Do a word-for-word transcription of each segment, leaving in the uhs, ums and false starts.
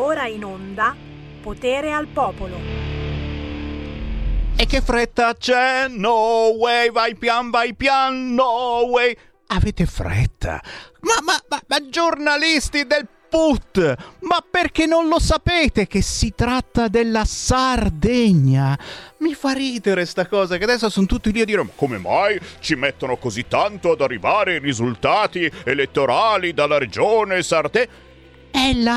ora in onda Potere al Popolo. E che fretta c'è? No way, vai pian, vai pian, no way. Avete fretta? Ma, ma, ma, ma giornalisti del Put, ma perché non lo sapete che si tratta della Sardegna? Mi fa ridere sta cosa, che adesso sono tutti lì a dire: ma come mai ci mettono così tanto ad arrivare i risultati elettorali dalla regione Sardegna? È la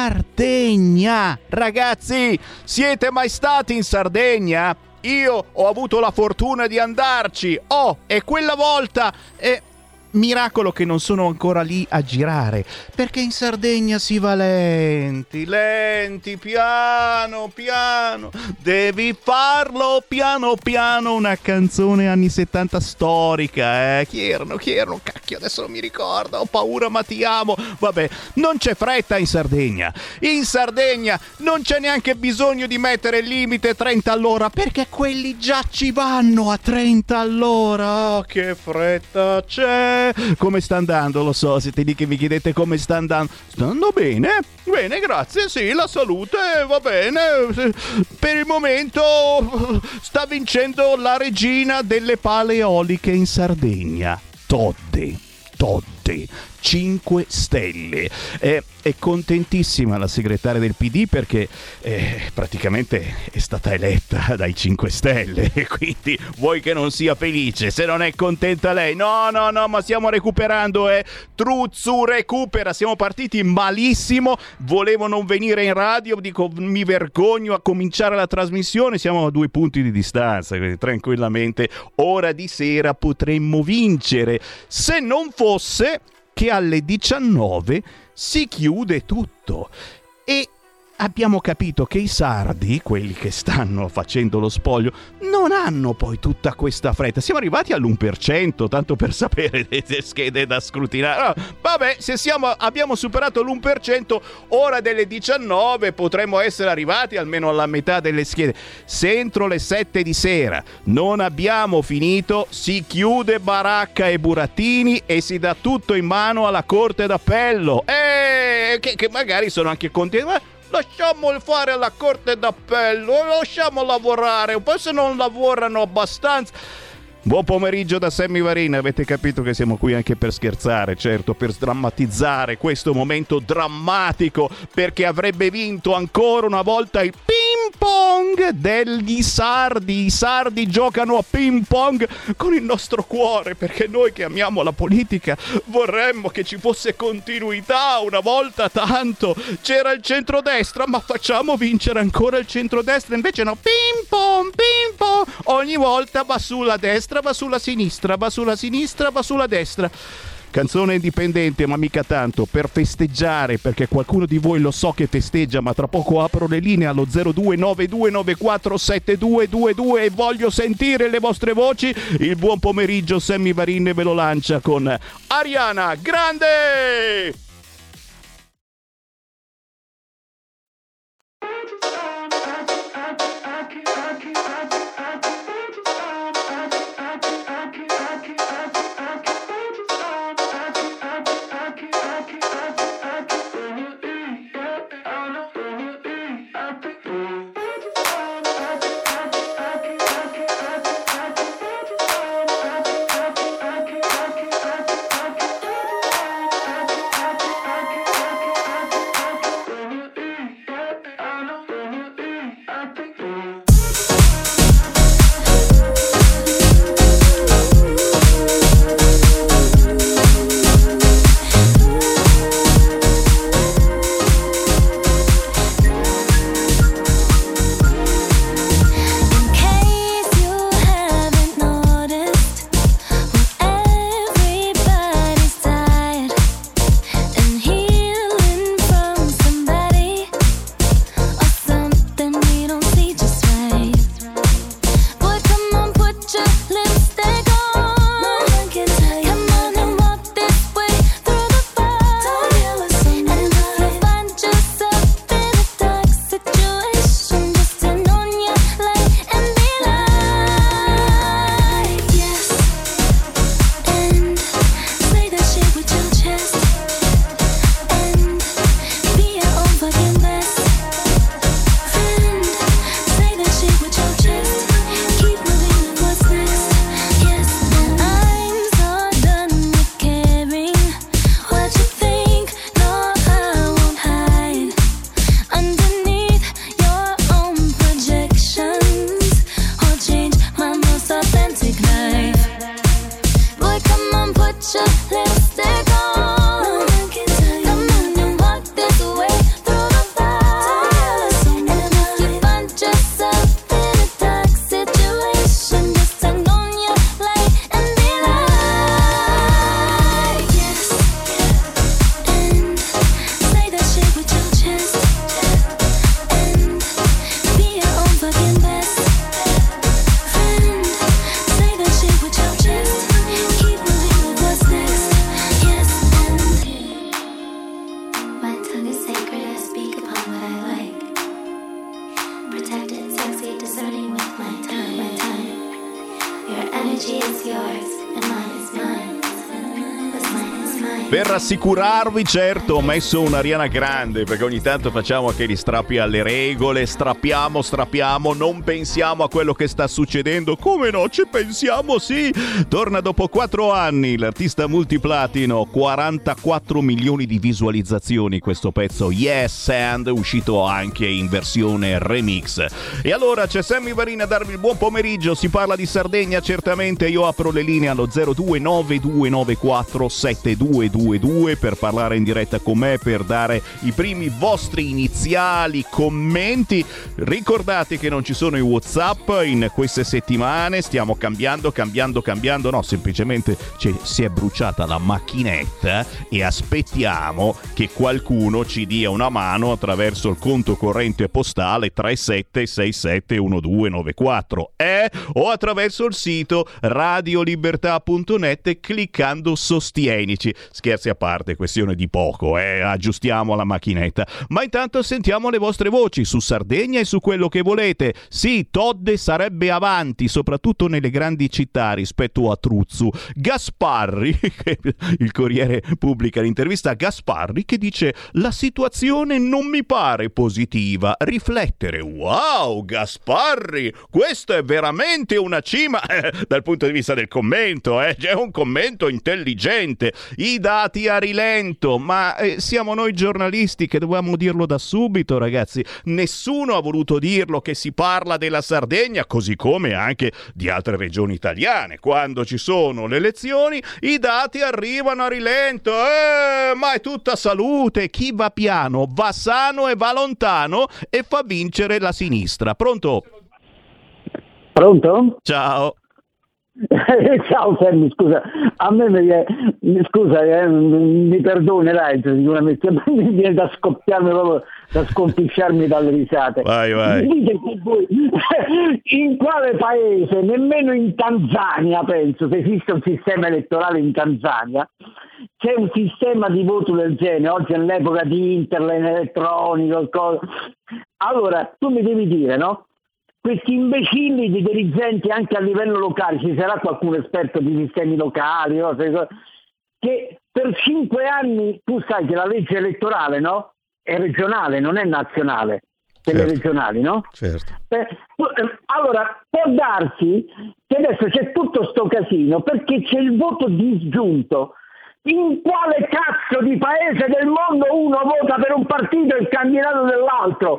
Sardegna! Ragazzi, siete mai stati in Sardegna? Io ho avuto la fortuna di andarci. Oh, e quella volta... Eh, miracolo che non sono ancora lì a girare, perché in Sardegna si va lenti, lenti, piano, piano. Devi farlo piano, piano. Una canzone anni settanta storica, eh. Chi erano? Chi erano? Cacchio, adesso non mi ricordo. Ho paura, ma ti amo. Vabbè, non c'è fretta in Sardegna. In Sardegna non c'è neanche bisogno di mettere il limite trenta all'ora, perché quelli già ci vanno a trenta all'ora. Oh, che fretta c'è. Come sta andando? Lo so, siete lì che mi chiedete come sta andando. Sta andando bene? Bene, grazie, sì, la salute va bene. Per il momento sta vincendo la regina delle pale eoliche in Sardegna. Todde, Todde, cinque stelle. Eh, è contentissima la segretaria del P D perché eh, praticamente è stata eletta dai cinque Stelle e quindi vuoi che non sia felice se non è contenta lei? No, no, no, ma stiamo recuperando, eh. Truzzu recupera, siamo partiti malissimo, volevo non venire in radio, dico mi vergogno a cominciare la trasmissione, siamo a due punti di distanza, quindi tranquillamente ora di sera potremmo vincere, se non fosse che alle diciannove si chiude tutto e abbiamo capito che i sardi, quelli che stanno facendo lo spoglio, non hanno poi tutta questa fretta. Siamo arrivati all'uno per cento, tanto per sapere le schede da scrutinare. No, vabbè, se siamo, abbiamo superato l'uno per cento, ora delle diciannove potremmo essere arrivati almeno alla metà delle schede. Se entro le sette di sera non abbiamo finito, si chiude baracca e burattini e si dà tutto in mano alla Corte d'Appello. Eh, che, che magari sono anche contenti. Lasciamolo fare alla Corte d'Appello, lasciamo lavorare, poi se non lavorano abbastanza. Buon pomeriggio da Sammy Varin, avete capito che siamo qui anche per scherzare, certo, per sdrammatizzare questo momento drammatico, perché avrebbe vinto ancora una volta il ping pong degli sardi. I sardi giocano a ping pong con il nostro cuore, perché noi che amiamo la politica vorremmo che ci fosse continuità. Una volta tanto c'era il centrodestra, ma facciamo vincere ancora il centrodestra, invece no, ping pong, ping pong, ogni volta va sulla destra, va sulla sinistra, va sulla sinistra, va sulla destra. Canzone indipendente, ma mica tanto, per festeggiare, perché qualcuno di voi lo so che festeggia, ma tra poco apro le linee allo zero due nove due nove quattro sette due due due e voglio sentire le vostre voci. Il buon pomeriggio Sammy Varin ve lo lancia con Ariana Grande! Per rassicurarvi, certo, ho messo un'Ariana Grande, perché ogni tanto facciamo anche gli strappi alle regole, strappiamo, strappiamo, non pensiamo a quello che sta succedendo. Come no, ci pensiamo, sì! Torna dopo quattro anni, l'artista multiplatino, quarantaquattro milioni di visualizzazioni questo pezzo, Yes And, uscito anche in versione remix. E allora c'è Sammy Varin a darvi il buon pomeriggio, si parla di Sardegna certamente, io apro le linee allo zero due nove due nove quattro sette due due due per parlare in diretta con me, per dare i primi vostri iniziali commenti. Ricordate che non ci sono i WhatsApp in queste settimane, stiamo cambiando, cambiando, cambiando, no, semplicemente cioè, si è bruciata la macchinetta e aspettiamo che qualcuno ci dia una mano attraverso il conto corrente postale tre sette sei sette uno due nove quattro eh? o attraverso il sito radiolibertà punto net cliccando sostienici. Scherzi a parte, questione di poco, eh? Aggiustiamo la macchinetta. Ma intanto sentiamo le vostre voci su Sardegna e su quello che volete. Sì, Todde sarebbe avanti, soprattutto nelle grandi città rispetto a Truzzu. Gasparri, il Corriere pubblica l'intervista a Gasparri che dice: la situazione non mi pare positiva. Riflettere. Wow, Gasparri, questo è veramente una cima eh, dal punto di vista del commento, eh? C'è un commento intelligente. I dati a rilento, ma eh, siamo noi giornalisti che dovevamo dirlo da subito, ragazzi. Nessuno ha voluto dirlo che si parla della Sardegna, così come anche di altre regioni italiane. Quando ci sono le elezioni, i dati arrivano a rilento, eh, ma è tutta salute. Chi va piano va sano e va lontano e fa vincere la sinistra. Pronto? Pronto? Ciao. Ciao Sammy, scusa, a me mi, scusa, eh, mi perdonerai, sicuramente mi viene da scoppiarmi proprio, da sconfisciarmi dalle risate. Vai, vai. Dite che voi, in quale paese, nemmeno in Tanzania penso, se esiste un sistema elettorale in Tanzania, c'è un sistema di voto del genere, oggi è l'epoca di internet elettronico, cosa. Allora, tu mi devi dire, no? Questi imbecilli di dirigenti anche a livello locale, ci sarà qualcuno esperto di sistemi locali, no? Che per cinque anni, tu sai che la legge elettorale, no? È regionale, non è nazionale, per certo. Le regionali, no? Certo. Eh, allora, può darsi che adesso c'è tutto sto casino perché c'è il voto disgiunto. In quale cazzo di paese del mondo uno vota per un partito e il candidato dell'altro?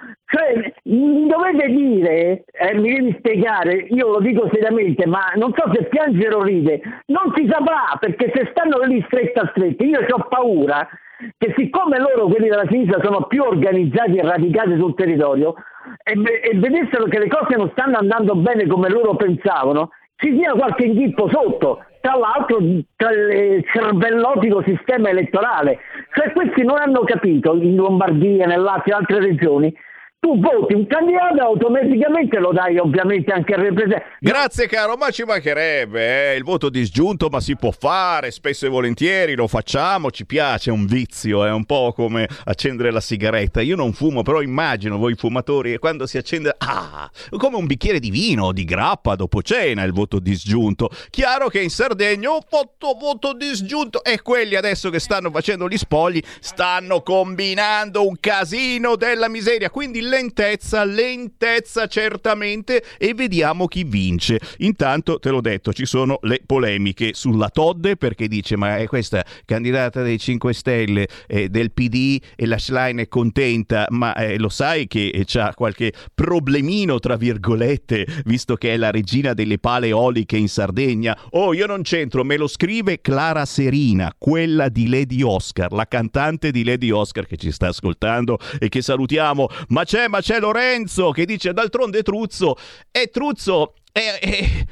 Cioè, mi dovete dire, eh, mi devi spiegare, io lo dico seriamente, ma non so se piangere o ride, non si saprà, perché se stanno lì stretta a stretta, io ho paura che siccome loro, quelli della sinistra, sono più organizzati e radicati sul territorio, e, e vedessero che le cose non stanno andando bene come loro pensavano, ci sia qualche inghippo sotto, tra l'altro tra il cervellotico sistema elettorale. Cioè questi non hanno capito, in Lombardia, nel Lazio e altre regioni, tu voti un candidato e automaticamente lo dai ovviamente anche al rappresentante. Grazie caro, ma ci mancherebbe eh? Il voto disgiunto, ma si può fare spesso e volentieri, lo facciamo, ci piace, è un vizio, è un po' come accendere la sigaretta. Io non fumo, però immagino voi fumatori, e quando si accende, ah, come un bicchiere di vino, di grappa dopo cena, il voto disgiunto. Chiaro che in Sardegna ho fatto voto disgiunto e quelli adesso che stanno facendo gli spogli stanno combinando un casino della miseria, quindi lentezza, lentezza certamente, e vediamo chi vince. Intanto, te l'ho detto, ci sono le polemiche sulla Todde, perché dice, ma è questa candidata dei cinque Stelle, eh, del P D, e la Schlein è contenta, ma eh, lo sai che c'ha qualche problemino, tra virgolette, visto che è la regina delle pale eoliche in Sardegna? Oh, io non c'entro, me lo scrive Clara Serina, quella di Lady Oscar, la cantante di Lady Oscar che ci sta ascoltando e che salutiamo. Ma c'è ma c'è Lorenzo che dice, d'altronde Truzzo è Truzzo Eh, eh,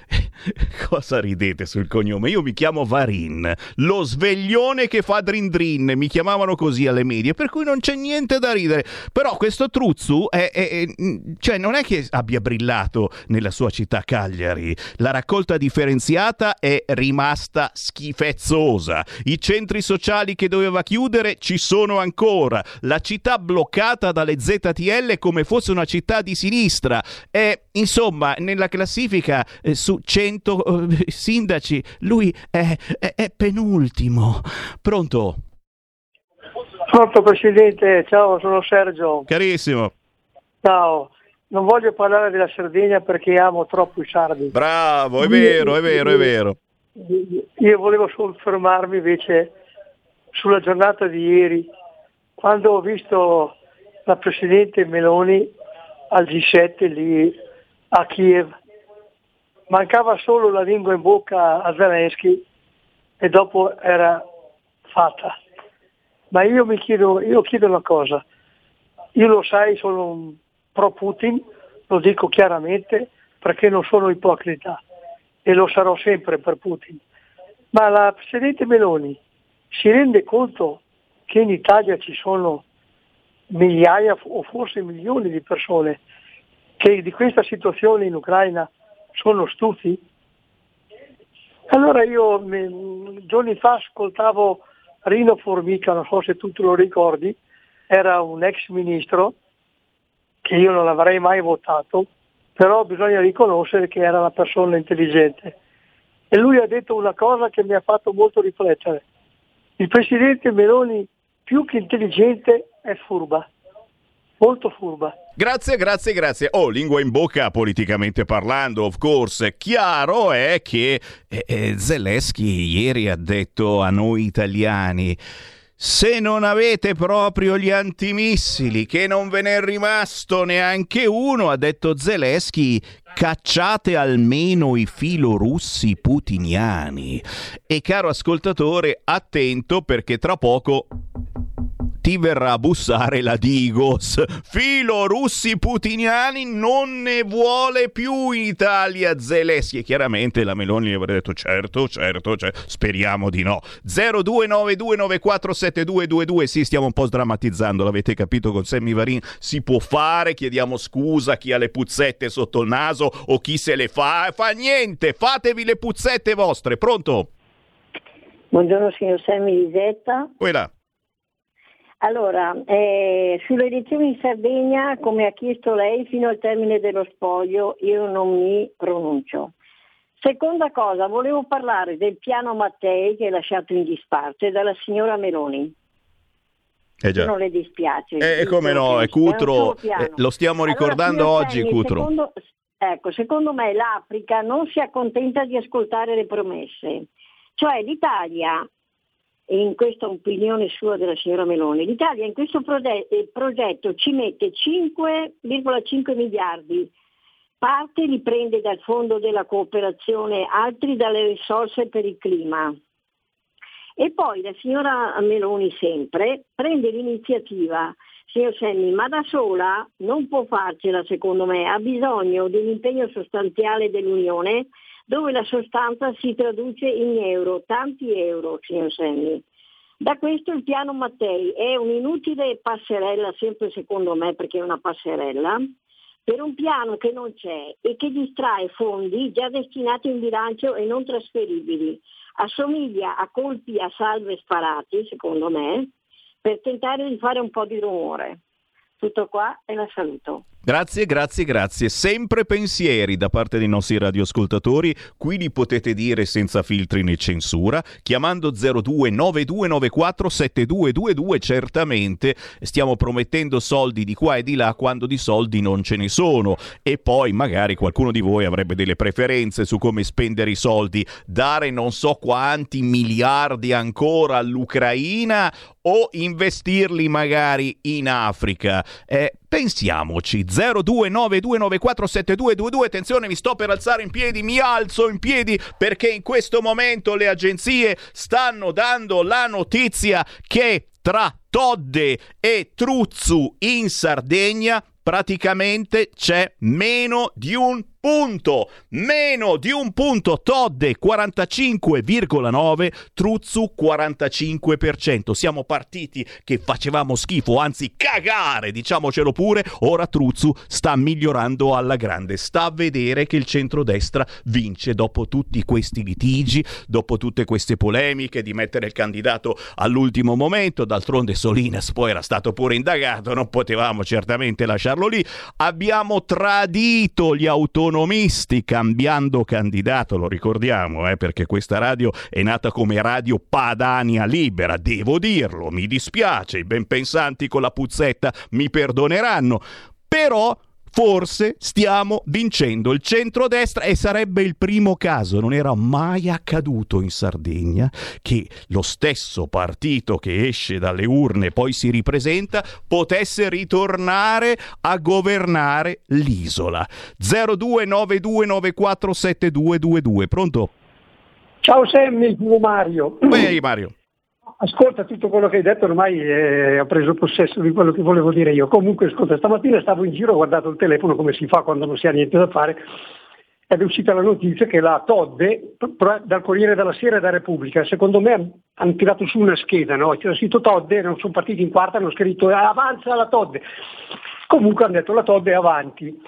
cosa ridete sul cognome? Io mi chiamo Varin, lo sveglione che fa drin drin, mi chiamavano così alle medie, per cui non c'è niente da ridere. Però questo Truzzu è, è, è, cioè non è che abbia brillato nella sua città Cagliari. La raccolta differenziata è rimasta schifezzosa, i centri sociali che doveva chiudere ci sono ancora, la città bloccata dalle Z T L come fosse una città di sinistra. E insomma, nella classifica classifica eh, su cento eh, sindaci, lui è, è, è penultimo. Pronto? Pronto Presidente, ciao, sono Sergio. Carissimo. Ciao, non voglio parlare della Sardegna perché amo troppo i sardi. Bravo, è vero, è vero, è vero. Io volevo soffermarmi invece sulla giornata di ieri, quando ho visto la Presidente Meloni al G sette lì a Kiev. Mancava solo la lingua in bocca a Zelensky e dopo era fatta. Ma io mi chiedo, io chiedo una cosa, io lo sai, sono un pro Putin, lo dico chiaramente perché non sono ipocrita e lo sarò sempre per Putin, ma la Presidente Meloni si rende conto che in Italia ci sono migliaia o forse milioni di persone che di questa situazione in Ucraina sono stufi? Allora io mi, giorni fa ascoltavo Rino Formica, non so se tu te lo ricordi, era un ex ministro che io non avrei mai votato, però bisogna riconoscere che era una persona intelligente. E lui ha detto una cosa che mi ha fatto molto riflettere. Il Presidente Meloni, più che intelligente, è furba, molto furba. Grazie, grazie, grazie. Oh, lingua in bocca politicamente parlando, of course. Chiaro è che eh, eh, Zelensky ieri ha detto a noi italiani: se non avete proprio gli antimissili, che non ve ne è rimasto neanche uno, ha detto Zelensky, cacciate almeno i filorussi putiniani. E caro ascoltatore, attento perché tra poco ti verrà a bussare la Digos. Filorussi putiniani non ne vuole più in Italia Zelensky. E chiaramente la Meloni gli avrebbe detto certo, certo, certo, speriamo di no. zero due nove due nove quattro sette due due due. Sì, stiamo un po' sdrammatizzando, l'avete capito, con Sammy Varin si può fare, chiediamo scusa a chi ha le puzzette sotto il naso o chi se le fa, fa niente, fatevi le puzzette vostre. Pronto? Buongiorno signor Sammy Lisetta. Quella. Allora, eh, sulle elezioni in Sardegna, come ha chiesto lei, fino al termine dello spoglio io non mi pronuncio. Seconda cosa, volevo parlare del piano Mattei che è lasciato in disparte dalla signora Meloni. Eh già. Non le dispiace. E eh, come no, è Cutro, eh, lo stiamo ricordando allora, oggi, Sammy, Cutro. Secondo, ecco, secondo me l'Africa non si accontenta di ascoltare le promesse. Cioè l'Italia, in questa opinione sua della signora Meloni, l'Italia in questo progetto, progetto ci mette cinque virgola cinque miliardi, parte li prende dal fondo della cooperazione, altri dalle risorse per il clima. E poi la signora Meloni sempre prende l'iniziativa, signor Sammy, ma da sola non può farcela secondo me, ha bisogno di un impegno sostanziale dell'Unione dove la sostanza si traduce in euro, tanti euro, signor Sammy. Da questo il piano Mattei è un'inutile passerella, sempre secondo me perché è una passerella, per un piano che non c'è e che distrae fondi già destinati in bilancio e non trasferibili. Assomiglia a colpi a salve sparati, secondo me, per tentare di fare un po' di rumore. Tutto qua e la saluto. Grazie, grazie, grazie. Sempre pensieri da parte dei nostri radioascoltatori. Qui li potete dire senza filtri né censura, chiamando zero due nove due nove quattro sette due due due. Certamente stiamo promettendo soldi di qua e di là quando di soldi non ce ne sono. E poi magari qualcuno di voi avrebbe delle preferenze su come spendere i soldi. Dare non so quanti miliardi ancora all'Ucraina o investirli magari in Africa. Eh, pensiamoci. Zero due nove due nove quattro sette due due due. Attenzione, mi sto per alzare in piedi, mi alzo in piedi perché in questo momento le agenzie stanno dando la notizia che tra Todde e Truzzu in Sardegna praticamente c'è meno di un punto, meno di un punto. Todde quarantacinque virgola nove, Truzzu quarantacinque per cento. Siamo partiti che facevamo schifo, anzi cagare, diciamocelo pure. Ora Truzzu sta migliorando alla grande, sta a vedere che il centrodestra vince dopo tutti questi litigi, dopo tutte queste polemiche di mettere il candidato all'ultimo momento. D'altronde Solinas poi era stato pure indagato, non potevamo certamente lasciarlo lì. Abbiamo tradito gli autori autonomisti cambiando candidato, lo ricordiamo, eh, perché questa radio è nata come Radio Padania Libera, devo dirlo, mi dispiace, i benpensanti con la puzzetta mi perdoneranno, però forse stiamo vincendo il centrodestra e sarebbe il primo caso, non era mai accaduto in Sardegna che lo stesso partito che esce dalle urne e poi si ripresenta potesse ritornare a governare l'isola. zero due nove due nove quattro sette due due due, pronto? Ciao Sammy, sono Mario. Ehi Mario. Ascolta, tutto quello che hai detto ormai eh, ho preso possesso di quello che volevo dire io. Comunque, ascolta, stamattina stavo in giro, ho guardato il telefono come si fa quando non si ha niente da fare, ed è uscita la notizia che la Todde, dal Corriere della Sera e da Repubblica, secondo me hanno tirato su una scheda, no? C'era scritto Todde, non sono partiti in quarta, hanno scritto avanza la Todde. Comunque hanno detto la Todde è avanti.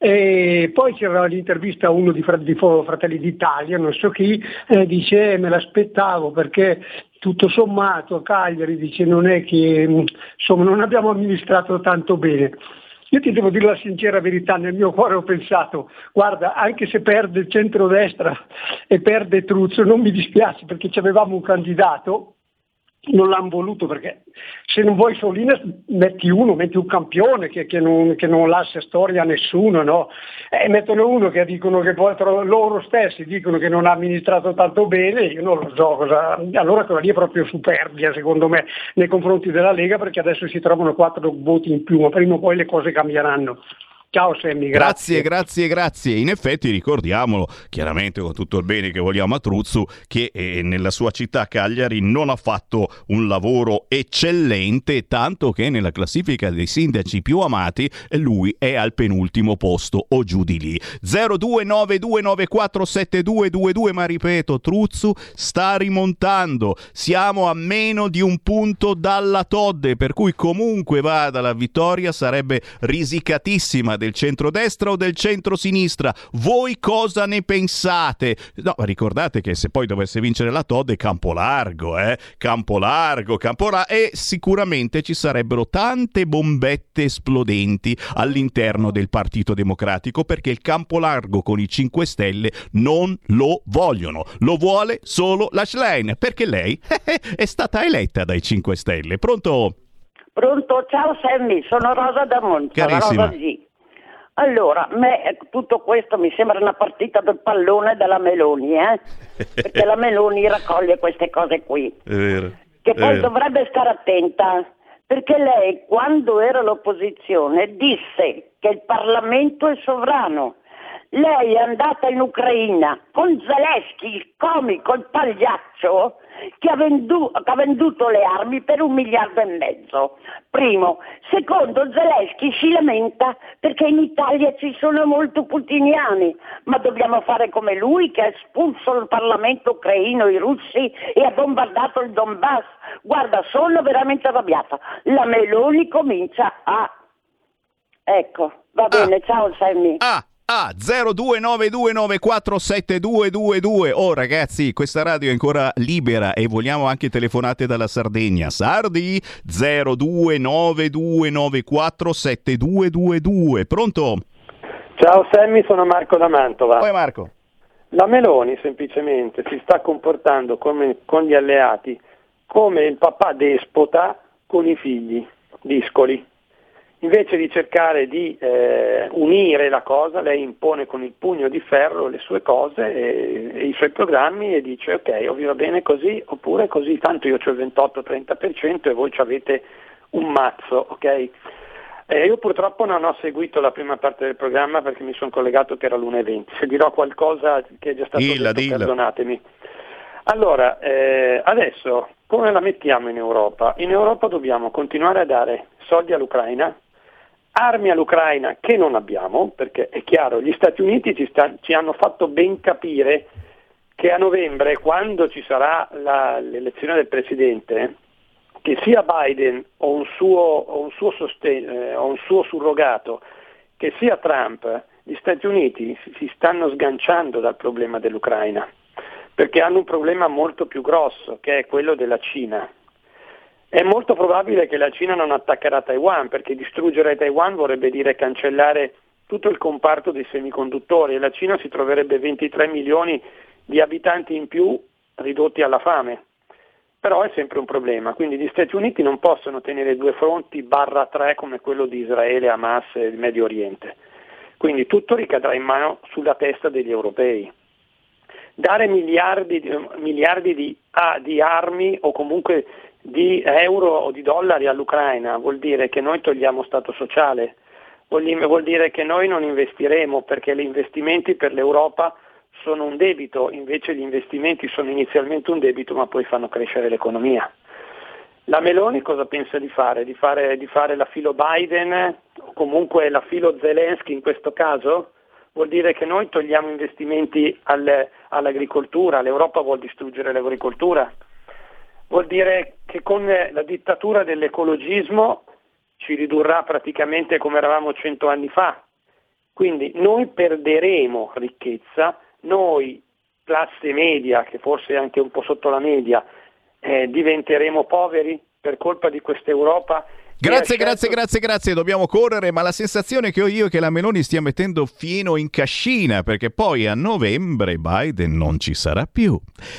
E poi c'era l'intervista a uno di, di Fratelli d'Italia, non so chi, eh, dice eh, me l'aspettavo perché tutto sommato a Cagliari dice non è che insomma non abbiamo amministrato tanto bene. Io ti devo dire la sincera verità, nel mio cuore ho pensato, guarda, anche se perde il centrodestra e perde Truzzo non mi dispiace perché avevamo un candidato, non l'hanno voluto perché se non vuoi Solina metti uno, metti un campione che, che, non, che non lascia storia a nessuno, no? E mettono uno che dicono che poi loro stessi dicono che non ha amministrato tanto bene, io non lo so cosa. Allora quella lì è proprio superbia secondo me nei confronti della Lega perché adesso si trovano quattro voti in più, ma prima o poi le cose cambieranno. Ciao Sammy, grazie. grazie. Grazie, grazie. In effetti ricordiamolo, chiaramente con tutto il bene che vogliamo a Truzzu, che eh, nella sua città Cagliari non ha fatto un lavoro eccellente, tanto che nella classifica dei sindaci più amati lui è al penultimo posto o giù di lì. zero due nove due nove quattro sette due due due, ma ripeto, Truzzu sta rimontando, siamo a meno di un punto dalla Todde, per cui comunque vada la vittoria sarebbe risicatissima del centrodestra o del centrosinistra. Voi cosa ne pensate? No, ricordate che se poi dovesse vincere la Todde, campo largo, eh? Campo largo, campo largo, e sicuramente ci sarebbero tante bombette esplodenti all'interno del Partito Democratico perché il campo largo con i cinque Stelle non lo vogliono. Lo vuole solo la Schlein perché lei è stata eletta dai cinque Stelle. Pronto? Pronto, ciao Sammy, sono Rosa da Monza. Carissima. Rosa G. Allora, a me tutto questo mi sembra una partita del pallone della Meloni, eh? Perché la Meloni raccoglie queste cose qui. È vero. Che è poi vero. dovrebbe stare attenta, perché lei quando era all'opposizione disse che il Parlamento è sovrano. Lei è andata in Ucraina con Zelensky, il comico, il pagliaccio, che ha, vendu- che ha venduto le armi per un miliardo e mezzo. Primo. Secondo, Zelensky si lamenta perché in Italia ci sono molto putiniani, ma dobbiamo fare come lui che ha espulso il Parlamento ucraino, i russi, e ha bombardato il Donbass. Guarda, sono veramente arrabbiata. La Meloni comincia a... Ecco, va bene, ah. ciao Sammy. Ah. Ah, zero due nove due nove quattro sette due due due. Oh ragazzi, questa radio è ancora libera e vogliamo anche telefonate dalla Sardegna. Sardi, zero due nove due nove quattro sette due due due. Pronto? Ciao Sammy, sono Marco da Mantova. Poi Marco. La Meloni semplicemente si sta comportando come, con gli alleati come il papà despota con i figli discoli. Invece di cercare di eh, unire la cosa, lei impone con il pugno di ferro le sue cose e, e i suoi programmi e dice ok, o vi va bene così oppure così, tanto io ho il ventotto trenta per cento e voi avete un mazzo, ok? Eh, io purtroppo non ho seguito la prima parte del programma perché mi sono collegato che era l'una e venti, se dirò qualcosa che è già stato dilla, detto, dilla. perdonatemi. Allora, eh, adesso come la mettiamo in Europa? In Europa dobbiamo continuare a dare soldi all'Ucraina, armi all'Ucraina che non abbiamo, perché è chiaro, gli Stati Uniti ci, sta, ci hanno fatto ben capire che a novembre, quando ci sarà la, l'elezione del Presidente, che sia Biden o un suo, o un suo, sosten- eh, o un suo surrogato, che sia Trump, gli Stati Uniti si stanno sganciando dal problema dell'Ucraina, perché hanno un problema molto più grosso, che è quello della Cina. È molto probabile che la Cina non attaccherà Taiwan, perché distruggere Taiwan vorrebbe dire cancellare tutto il comparto dei semiconduttori e la Cina si troverebbe ventitré milioni di abitanti in più ridotti alla fame. Però è sempre un problema, quindi gli Stati Uniti non possono tenere due fronti barra tre come quello di Israele, Hamas e il Medio Oriente. Quindi tutto ricadrà in mano sulla testa degli europei. Dare miliardi, miliardi di, ah, di armi o comunque di euro o di dollari all'Ucraina vuol dire che noi togliamo stato sociale, vuol, vuol dire che noi non investiremo perché gli investimenti per l'Europa sono un debito, invece gli investimenti sono inizialmente un debito ma poi fanno crescere l'economia. La Meloni cosa pensa di fare? Di fare, di fare la filo Biden o comunque la filo Zelensky in questo caso? Vuol dire che noi togliamo investimenti al, all'agricoltura, l'Europa vuol distruggere l'agricoltura? Vuol dire che con la dittatura dell'ecologismo ci ridurrà praticamente come eravamo cento anni fa. Quindi noi perderemo ricchezza, noi classe media, che forse è anche un po' sotto la media, eh, diventeremo poveri per colpa di questa Europa. Grazie, scelto... grazie, grazie, grazie, dobbiamo correre, ma la sensazione che ho io è che la Meloni stia mettendo fieno in cascina, perché poi a novembre Biden non ci sarà più.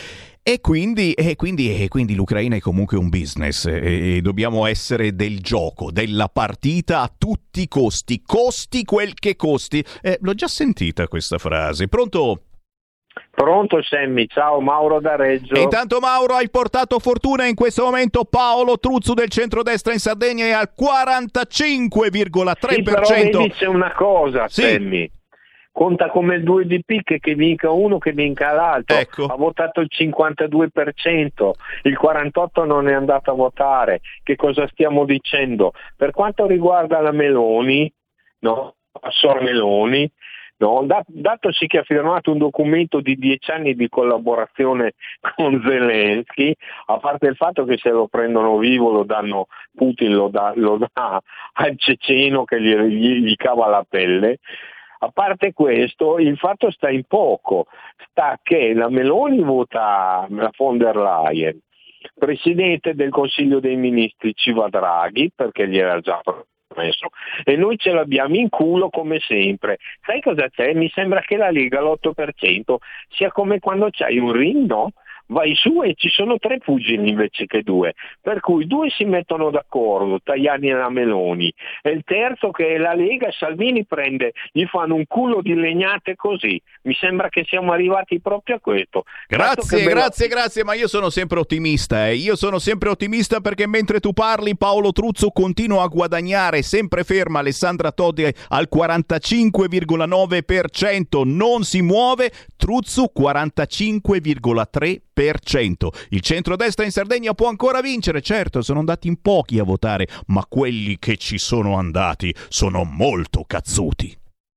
E quindi, e quindi, e quindi l'Ucraina è comunque un business e, e dobbiamo essere del gioco, della partita a tutti i costi, costi quel che costi. Eh, l'ho già sentita questa frase. Pronto? Pronto Sammy, ciao, Mauro da Reggio. E intanto Mauro, hai portato fortuna in questo momento. Paolo Truzzu del centrodestra in Sardegna è al quarantacinque virgola tre per cento. Sì, però vedi c'è una cosa, sì. Sammy. Conta come il due di P che vinca uno che vinca l'altro. Ecco. Ha votato il cinquantadue per cento, il quarantotto per cento non è andato a votare. Che cosa stiamo dicendo? Per quanto riguarda la Meloni, no? Sor Meloni, no? Dat- datosi che ha firmato un documento di dieci anni di collaborazione con Zelensky, a parte il fatto che se lo prendono vivo lo danno, Putin lo dà, lo dà al ceceno che gli, gli, gli cava la pelle. A parte questo, il fatto sta in poco, sta che la Meloni vota la von der Leyen, Presidente del Consiglio dei Ministri ci va Draghi, perché gliel'ha già promesso, e noi ce l'abbiamo in culo come sempre. Sai cosa c'è? Mi sembra che la Lega, l'otto per cento, sia come quando c'hai un ring, no? Vai su e ci sono tre pugili invece che due, per cui due si mettono d'accordo, Tajani e la Meloni, e il terzo che è la Lega, Salvini prende, gli fanno un culo di legnate così. Mi sembra che siamo arrivati proprio a questo. Grazie, bella... grazie, grazie, ma io sono sempre ottimista, eh. Io sono sempre ottimista perché mentre tu parli Paolo Truzzo continua a guadagnare, sempre ferma Alessandra Todi al quarantacinque virgola nove per cento, non si muove, Truzzo quarantacinque virgola tre per cento. Il centrodestra in Sardegna può ancora vincere, certo, sono andati in pochi a votare, ma quelli che ci sono andati sono molto cazzuti.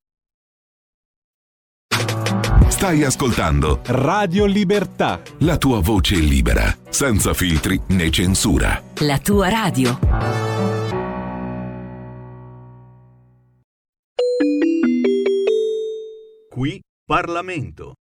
Stai ascoltando Radio Libertà, la tua voce libera, senza filtri né censura. La tua radio. Qui Parlamento.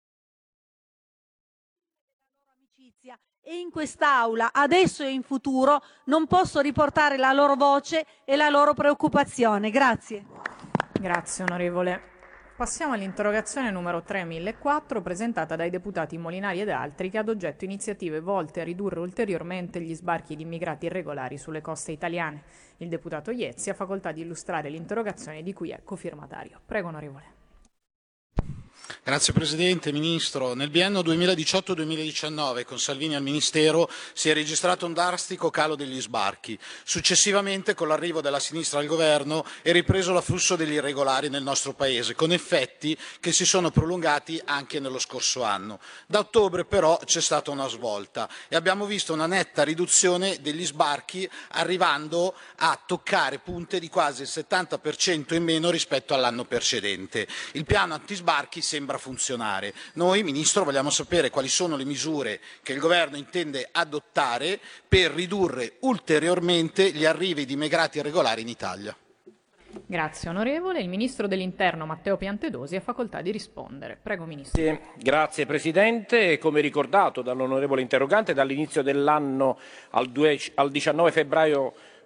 E in quest'Aula, adesso e in futuro, non posso riportare la loro voce e la loro preoccupazione. Grazie. Grazie, onorevole. Passiamo all'interrogazione numero tremila quattro, presentata dai deputati Molinari ed altri, che ha ad oggetto iniziative volte a ridurre ulteriormente gli sbarchi di immigrati irregolari sulle coste italiane. Il deputato Iezzi ha facoltà di illustrare l'interrogazione di cui è cofirmatario. Prego, onorevole. Grazie Presidente, Ministro. Nel biennio duemiladiciotto duemiladiciannove con Salvini al Ministero si è registrato un drastico calo degli sbarchi. Successivamente, con l'arrivo della sinistra al governo, è ripreso l'afflusso degli irregolari nel nostro Paese, con effetti che si sono prolungati anche nello scorso anno. Da ottobre però c'è stata una svolta e abbiamo visto una netta riduzione degli sbarchi, arrivando a toccare punte di quasi il settanta per cento in meno rispetto all'anno precedente. Il piano antisbarchi sembra funzionare. Noi, Ministro, vogliamo sapere quali sono le misure che il Governo intende adottare per ridurre ulteriormente gli arrivi di immigrati irregolari in Italia. Grazie onorevole. Il Ministro dell'Interno Matteo Piantedosi ha facoltà di rispondere. Prego Ministro. Sì, grazie Presidente. Come ricordato dall'onorevole interrogante, dall'inizio dell'anno al, due, al diciannove febbraio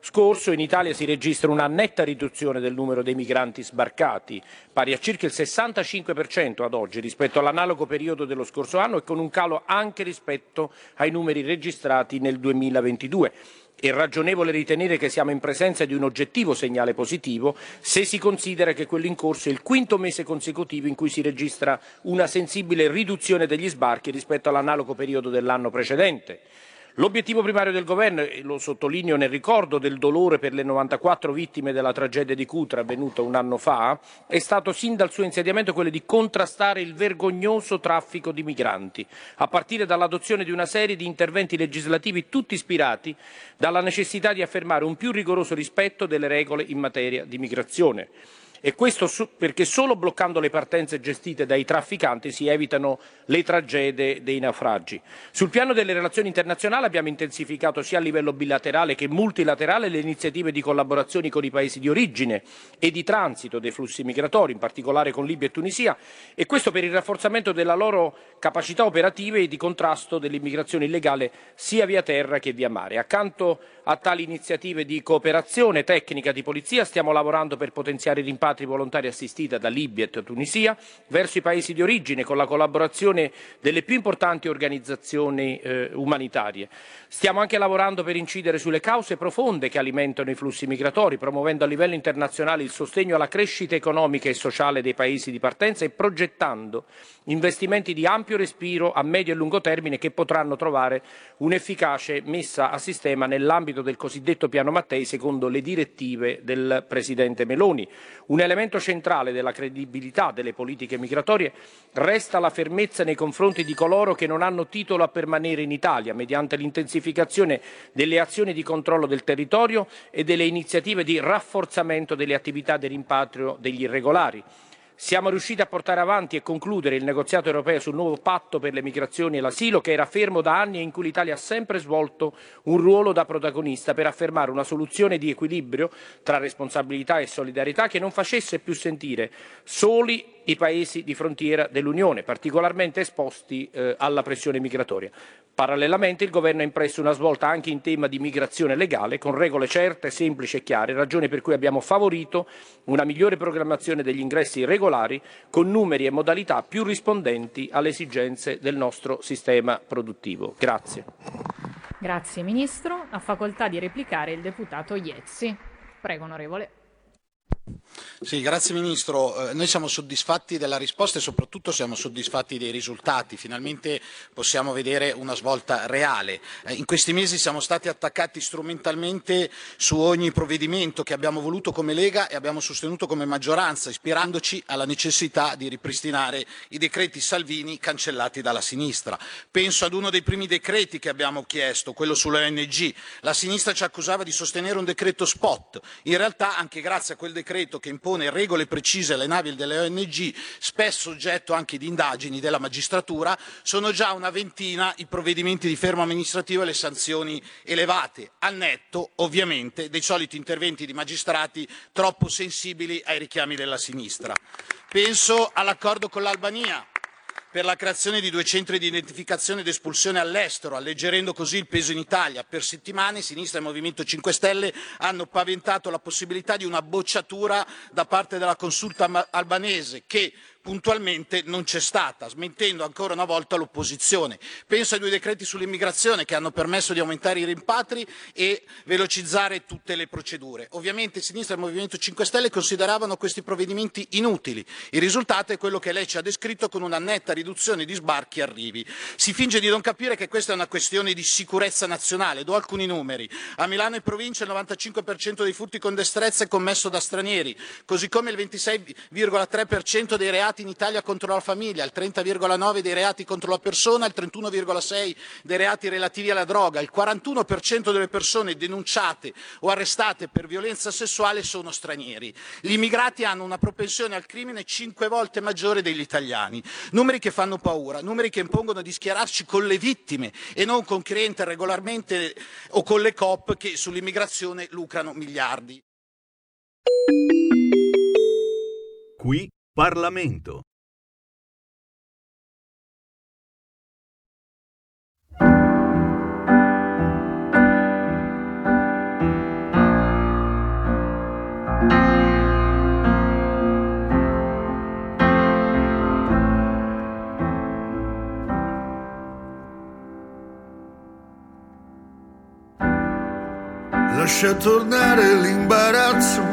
scorso in Italia si registra una netta riduzione del numero dei migranti sbarcati, pari a circa il sessantacinque per cento ad oggi rispetto all'analogo periodo dello scorso anno e con un calo anche rispetto ai numeri registrati nel duemilaventidue. È ragionevole ritenere che siamo in presenza di un oggettivo segnale positivo se si considera che quello in corso è il quinto mese consecutivo in cui si registra una sensibile riduzione degli sbarchi rispetto all'analogo periodo dell'anno precedente. L'obiettivo primario del Governo, e lo sottolineo nel ricordo del dolore per le novantaquattro vittime della tragedia di Cutra avvenuta un anno fa, è stato sin dal suo insediamento quello di contrastare il vergognoso traffico di migranti, a partire dall'adozione di una serie di interventi legislativi tutti ispirati dalla necessità di affermare un più rigoroso rispetto delle regole in materia di migrazione. E questo perché solo bloccando le partenze gestite dai trafficanti si evitano le tragedie dei naufragi. Sul piano delle relazioni internazionali abbiamo intensificato sia a livello bilaterale che multilaterale le iniziative di collaborazione con i paesi di origine e di transito dei flussi migratori, in particolare con Libia e Tunisia, e questo per il rafforzamento della loro capacità operative e di contrasto dell'immigrazione illegale sia via terra che via mare. Accanto a tali iniziative di cooperazione tecnica di polizia stiamo lavorando per potenziare i rimpatri volontari assistita da Libia e Tunisia verso i paesi di origine con la collaborazione delle più importanti organizzazioni eh, umanitarie. Stiamo anche lavorando per incidere sulle cause profonde che alimentano i flussi migratori, promuovendo a livello internazionale il sostegno alla crescita economica e sociale dei paesi di partenza e progettando investimenti di ampio respiro a medio e lungo termine che potranno trovare un'efficace messa a sistema nell'ambito del cosiddetto Piano Mattei secondo le direttive del Presidente Meloni. Un elemento centrale della credibilità delle politiche migratorie resta la fermezza nei confronti di coloro che non hanno titolo a permanere in Italia, mediante l'intensificazione delle azioni di controllo del territorio e delle iniziative di rafforzamento delle attività di rimpatrio degli irregolari. Siamo riusciti a portare avanti e concludere il negoziato europeo sul nuovo patto per le migrazioni e l'asilo, che era fermo da anni e in cui l'Italia ha sempre svolto un ruolo da protagonista per affermare una soluzione di equilibrio tra responsabilità e solidarietà che non facesse più sentire soli i paesi di frontiera dell'Unione, particolarmente esposti eh, alla pressione migratoria. Parallelamente il Governo ha impresso una svolta anche in tema di migrazione legale, con regole certe, semplici e chiare, ragione per cui abbiamo favorito una migliore programmazione degli ingressi regolari con numeri e modalità più rispondenti alle esigenze del nostro sistema produttivo. Grazie. Grazie Ministro. Ha facoltà di replicare il deputato Iezzi. Prego, onorevole. Sì, grazie Ministro. Eh, noi siamo soddisfatti della risposta e soprattutto siamo soddisfatti dei risultati. Finalmente possiamo vedere una svolta reale. Eh, in questi mesi siamo stati attaccati strumentalmente su ogni provvedimento che abbiamo voluto come Lega e abbiamo sostenuto come maggioranza, ispirandoci alla necessità di ripristinare i decreti Salvini cancellati dalla sinistra. Penso ad uno dei primi decreti che abbiamo chiesto, quello sulle O N G. La sinistra ci accusava di sostenere un decreto spot. In realtà, anche grazie a quel decreto che impone regole precise alle navi delle O N G, spesso oggetto anche di indagini della magistratura, sono già una ventina i provvedimenti di fermo amministrativo e le sanzioni elevate, al netto ovviamente dei soliti interventi di magistrati troppo sensibili ai richiami della sinistra. Penso all'accordo con l'Albania per la creazione di due centri di identificazione ed espulsione all'estero, alleggerendo così il peso in Italia. Per settimane Sinistra e Movimento cinque Stelle hanno paventato la possibilità di una bocciatura da parte della consulta albanese che puntualmente non c'è stata, smentendo ancora una volta l'opposizione. Penso ai due decreti sull'immigrazione che hanno permesso di aumentare i rimpatri e velocizzare tutte le procedure. Ovviamente Sinistra e Movimento cinque Stelle consideravano questi provvedimenti inutili. Il risultato è quello che lei ci ha descritto, con una netta riduzione di sbarchi e arrivi. Si finge di non capire che questa è una questione di sicurezza nazionale. Do alcuni numeri. A Milano e provincia il novantacinque per cento dei furti con destrezza è commesso da stranieri, così come il ventisei virgola tre per cento dei reati in Italia contro la famiglia, il trenta virgola nove per cento dei reati contro la persona, il trentuno virgola sei per cento dei reati relativi alla droga, il quarantuno per cento delle persone denunciate o arrestate per violenza sessuale sono stranieri. Gli immigrati hanno una propensione al crimine cinque volte maggiore degli italiani. Numeri che fanno paura, numeri che impongono di schierarci con le vittime e non con chi rientra regolarmente o con le coop che sull'immigrazione lucrano miliardi. Qui Parlamento. lascia tornare l'imbarazzo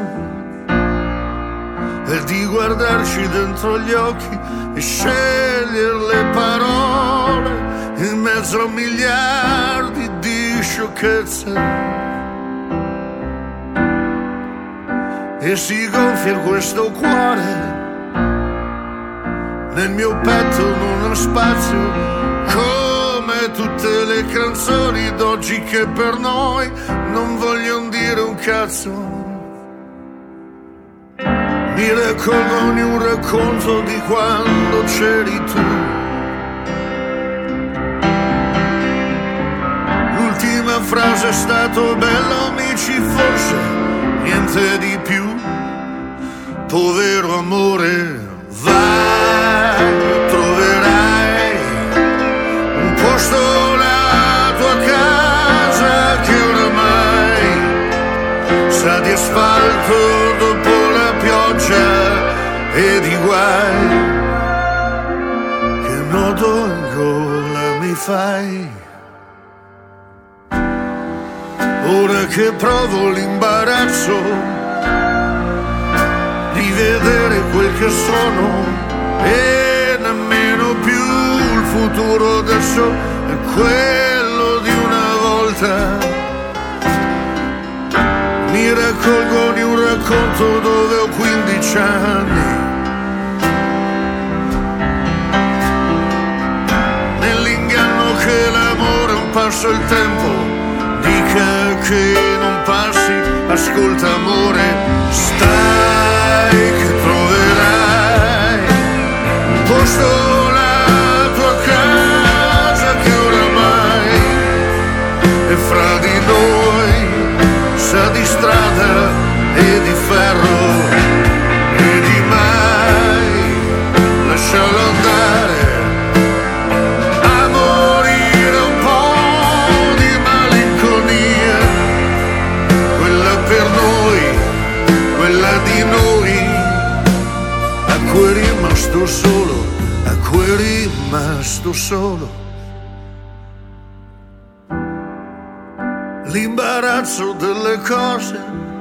e di guardarci dentro gli occhi e scegliere le parole in mezzo a miliardi di sciocchezze. E si gonfia questo cuore, nel mio petto non ha spazio, come tutte le canzoni d'oggi che per noi non vogliono dire un cazzo. Mi raccolgo in un racconto di quando c'eri tu. L'ultima frase è stato bello amici, forse niente di più. Povero amore, vai, troverai un posto la tua casa che oramai sa di asfalto dopo la pioggia e di guai. Che nodo in gola mi fai. Ora che provo l'imbarazzo di vedere quel che sono e nemmeno più il futuro adesso è quello di una volta. Mi raccolgo di un racconto dove ho quindici anni, nell'inganno che l'amore è un passo il tempo, dica che non passi, ascolta amore, stai che troverai un posto la tua casa che oramai è fra di noi, sa di strada e di ferro e di mai, lascialo andare a morire un po' di malinconia, quella per noi, quella di noi, a cui è rimasto solo, a cui è rimasto solo. L'imbarazzo delle cose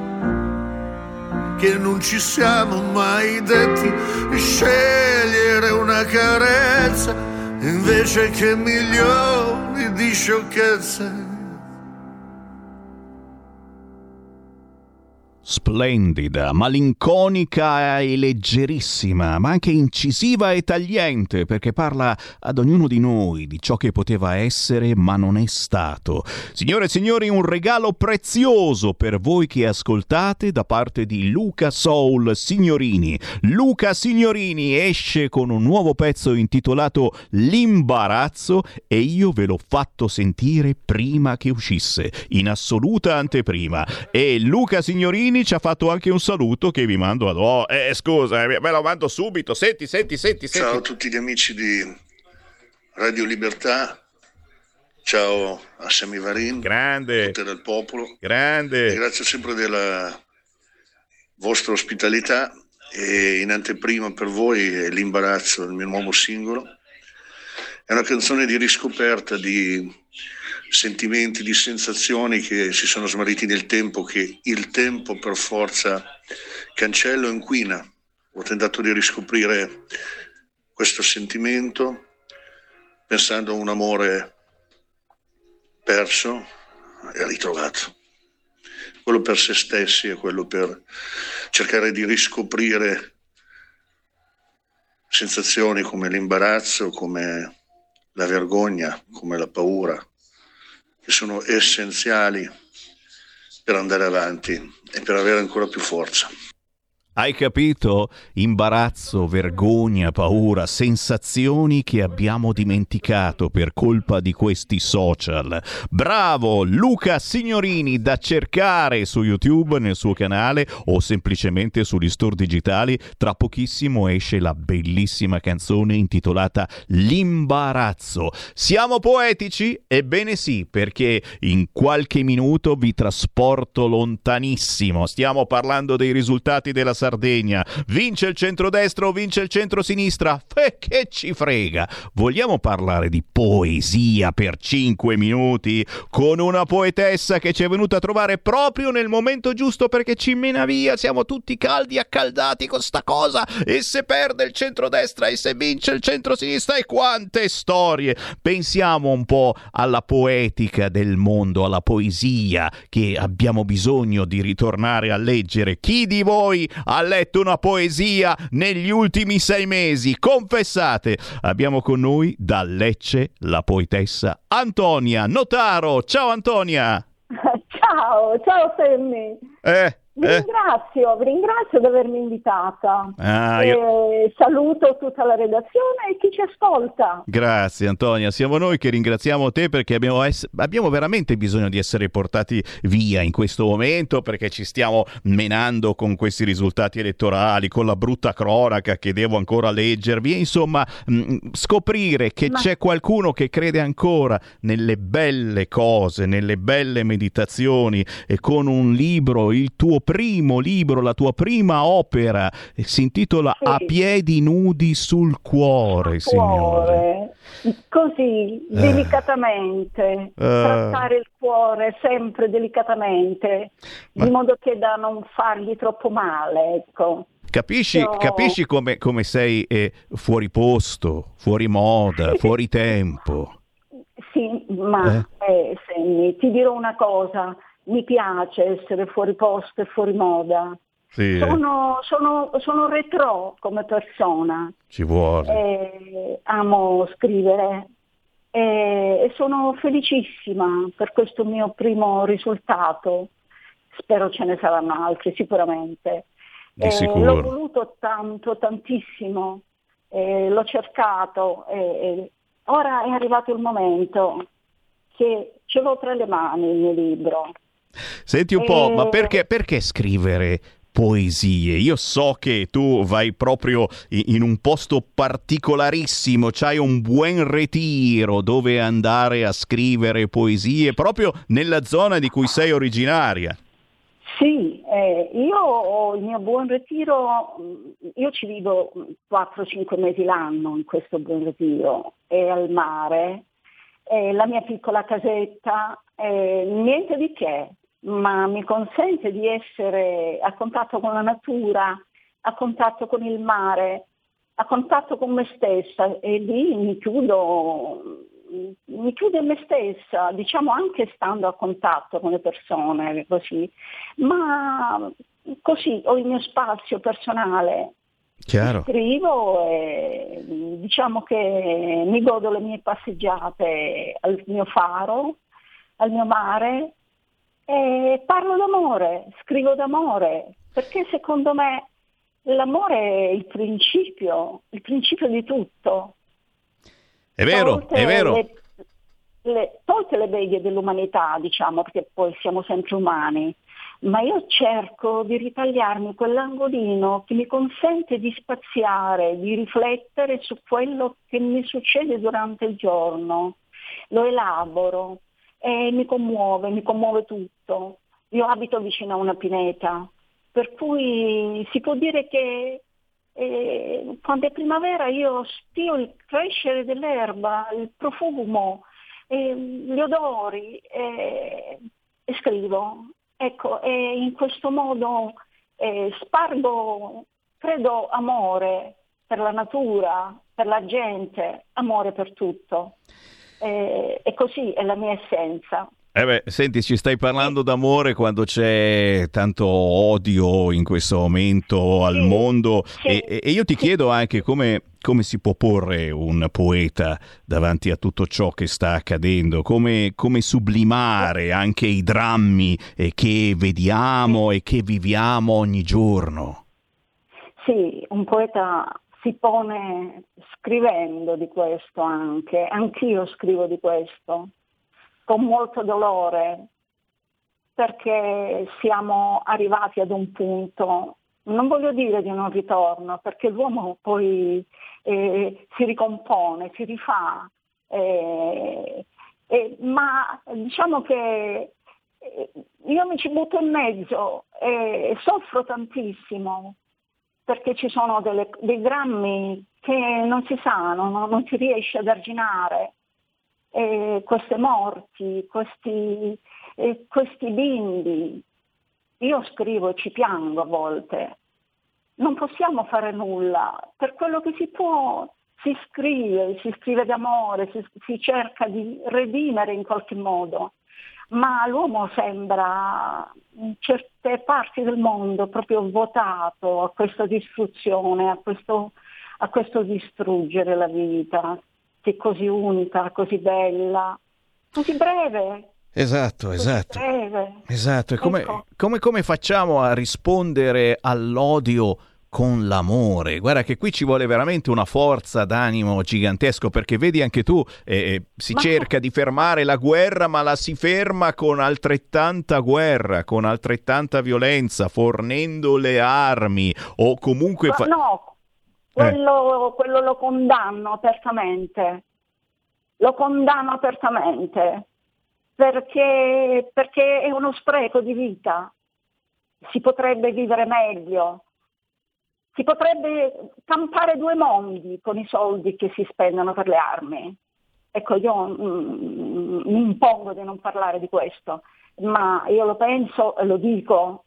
che non ci siamo mai detti, scegliere una carezza invece che milioni di sciocchezze. Splendida, malinconica e leggerissima, ma anche incisiva e tagliente, perché parla ad ognuno di noi di ciò che poteva essere ma non è stato. Signore e signori, un regalo prezioso per voi che ascoltate da parte di Luca Soul Signorini. Luca Signorini esce con un nuovo pezzo intitolato L'imbarazzo e io ve l'ho fatto sentire prima che uscisse, in assoluta anteprima. E Luca Signorini ci ha fatto anche un saluto che vi mando ad... Oh, eh, scusa, me lo mando subito. Senti, senti, senti, senti. Ciao a tutti gli amici di Radio Libertà. Ciao a Semivarin. Grande. Potere al popolo. Grande. E grazie sempre della vostra ospitalità. E in anteprima per voi è L'imbarazzo, il mio nuovo singolo. È una canzone di riscoperta di sentimenti, di sensazioni che si sono smarriti nel tempo, che il tempo per forza cancella o inquina. Ho tentato di riscoprire questo sentimento pensando a un amore perso e ritrovato, quello per se stessi e quello per cercare di riscoprire sensazioni come l'imbarazzo, come la vergogna, come la paura, che sono essenziali per andare avanti e per avere ancora più forza. Hai capito? Imbarazzo, vergogna, paura, sensazioni che abbiamo dimenticato per colpa di questi social. Bravo Luca Signorini, da cercare su YouTube nel suo canale o semplicemente sugli store digitali. Tra pochissimo esce la bellissima canzone intitolata L'imbarazzo. Siamo poetici? Ebbene sì, perché in qualche minuto vi trasporto lontanissimo. Stiamo parlando dei risultati della Sardegna. Vince il centrodestra o vince il centrosinistra? Eh, che ci frega. Vogliamo parlare di poesia per cinque minuti con una poetessa che ci è venuta a trovare proprio nel momento giusto, perché ci mena via, siamo tutti caldi accaldati con sta cosa, e se perde il centrodestra e se vince il centrosinistra, e quante storie. Pensiamo un po' alla poetica del mondo, alla poesia che abbiamo bisogno di ritornare a leggere. Chi di voi ha letto una poesia negli ultimi sei mesi? Confessate. Abbiamo con noi da Lecce la poetessa Antonia Notaro. Ciao Antonia. Ciao, ciao Sammy. Eh, vi eh. ringrazio, vi ringrazio di avermi invitata. Ah, io... e saluto tutta la redazione e chi ci ascolta. Grazie Antonia, siamo noi che ringraziamo te, perché abbiamo, ess- abbiamo veramente bisogno di essere portati via in questo momento, perché ci stiamo menando con questi risultati elettorali, con la brutta cronaca che devo ancora leggervi, e insomma mh, scoprire che Ma... c'è qualcuno che crede ancora nelle belle cose, nelle belle meditazioni, e con un libro, il tuo primo libro, la tua prima opera, si intitola sì. A piedi nudi sul cuore, signore. Così, Eh. delicatamente, Eh. trattare il cuore sempre delicatamente, Ma- di modo che da non fargli troppo male, ecco. Capisci, Io- capisci come, come sei eh, fuori posto, fuori moda, fuori tempo. Sì, ma eh, Sammy, ti dirò una cosa, mi piace essere fuori posto e fuori moda. Sì, eh, Sono, sono, sono retro come persona, ci vuole. eh, amo scrivere eh, e sono felicissima per questo mio primo risultato. Spero ce ne saranno altri sicuramente. Di Eh, sicuro. l'ho voluto tanto, tantissimo, eh, l'ho cercato e e ora è arrivato il momento che ce l'ho tra le mani il mio libro. Senti un po', Eh. ma perché, perché scrivere poesie? Io so che tu vai proprio i- in un posto particolarissimo, c'hai un buon retiro dove andare a scrivere poesie, proprio nella zona di cui sei originaria. Sì, eh, io ho il mio buon ritiro, mh, io ci vivo quattro cinque mesi l'anno in questo buon ritiro, è al mare, è la mia piccola casetta, eh, niente di che, ma mi consente di essere a contatto con la natura, a contatto con il mare, a contatto con me stessa, e lì mi chiudo, mi chiudo in me stessa, diciamo anche stando a contatto con le persone, così, ma così ho il mio spazio personale. Chiaro. Scrivo e diciamo che mi godo le mie passeggiate al mio faro, al mio mare, e parlo d'amore, scrivo d'amore, perché secondo me l'amore è il principio, il principio di tutto. È vero, Tolte è vero. Le, le, tolte le beghe dell'umanità, diciamo, perché poi siamo sempre umani, ma io cerco di ritagliarmi quell'angolino che mi consente di spaziare, di riflettere su quello che mi succede durante il giorno. Lo elaboro e mi commuove, mi commuove tutto. Io abito vicino a una pineta, per cui si può dire che eh, quando è primavera io stio il crescere dell'erba, il profumo, eh, gli odori eh, e scrivo. Ecco, e in questo modo eh, spargo, credo, amore per la natura, per la gente, amore per tutto. Eh, e così è la mia essenza. Eh beh, senti, ci stai parlando d'amore quando c'è tanto odio in questo momento al Sì, mondo sì, e, e- e io ti chiedo anche come, come si può porre un poeta davanti a tutto ciò che sta accadendo, come, come sublimare anche i drammi eh, che vediamo e che viviamo ogni giorno. Sì, un poeta si pone scrivendo di questo anche, anch'io scrivo di questo, con molto dolore, perché siamo arrivati ad un punto, non voglio dire di non ritorno, perché l'uomo poi eh, si ricompone, si rifà, eh, eh, ma diciamo che eh, io mi ci butto in mezzo e soffro tantissimo, perché ci sono delle, dei drammi che non si sanno, no? Non si riesce ad arginare. E queste morti, questi, e questi bimbi. Io scrivo e ci piango a volte. Non possiamo fare nulla. Per quello che si può si scrive, si scrive d'amore, si, si cerca di redimere in qualche modo. Ma l'uomo sembra in certe parti del mondo proprio votato a questa distruzione, a questo, a questo distruggere la vita, che è così unica, così bella, così breve. Esatto, esatto. Così breve. Esatto. E come, Ecco. come, come facciamo a rispondere all'odio con l'amore? Guarda che qui ci vuole veramente una forza d'animo gigantesco, perché vedi anche tu, eh, si Ma- cerca di fermare la guerra, ma la si ferma con altrettanta guerra, con altrettanta violenza, fornendo le armi o comunque... fa- No, quello, quello lo condanno apertamente. Lo condanno apertamente perché, perché è uno spreco di vita. Si potrebbe vivere meglio. Si potrebbe campare due mondi con i soldi che si spendono per le armi. Ecco, io mm, mi impongo di non parlare di questo, ma io lo penso e lo dico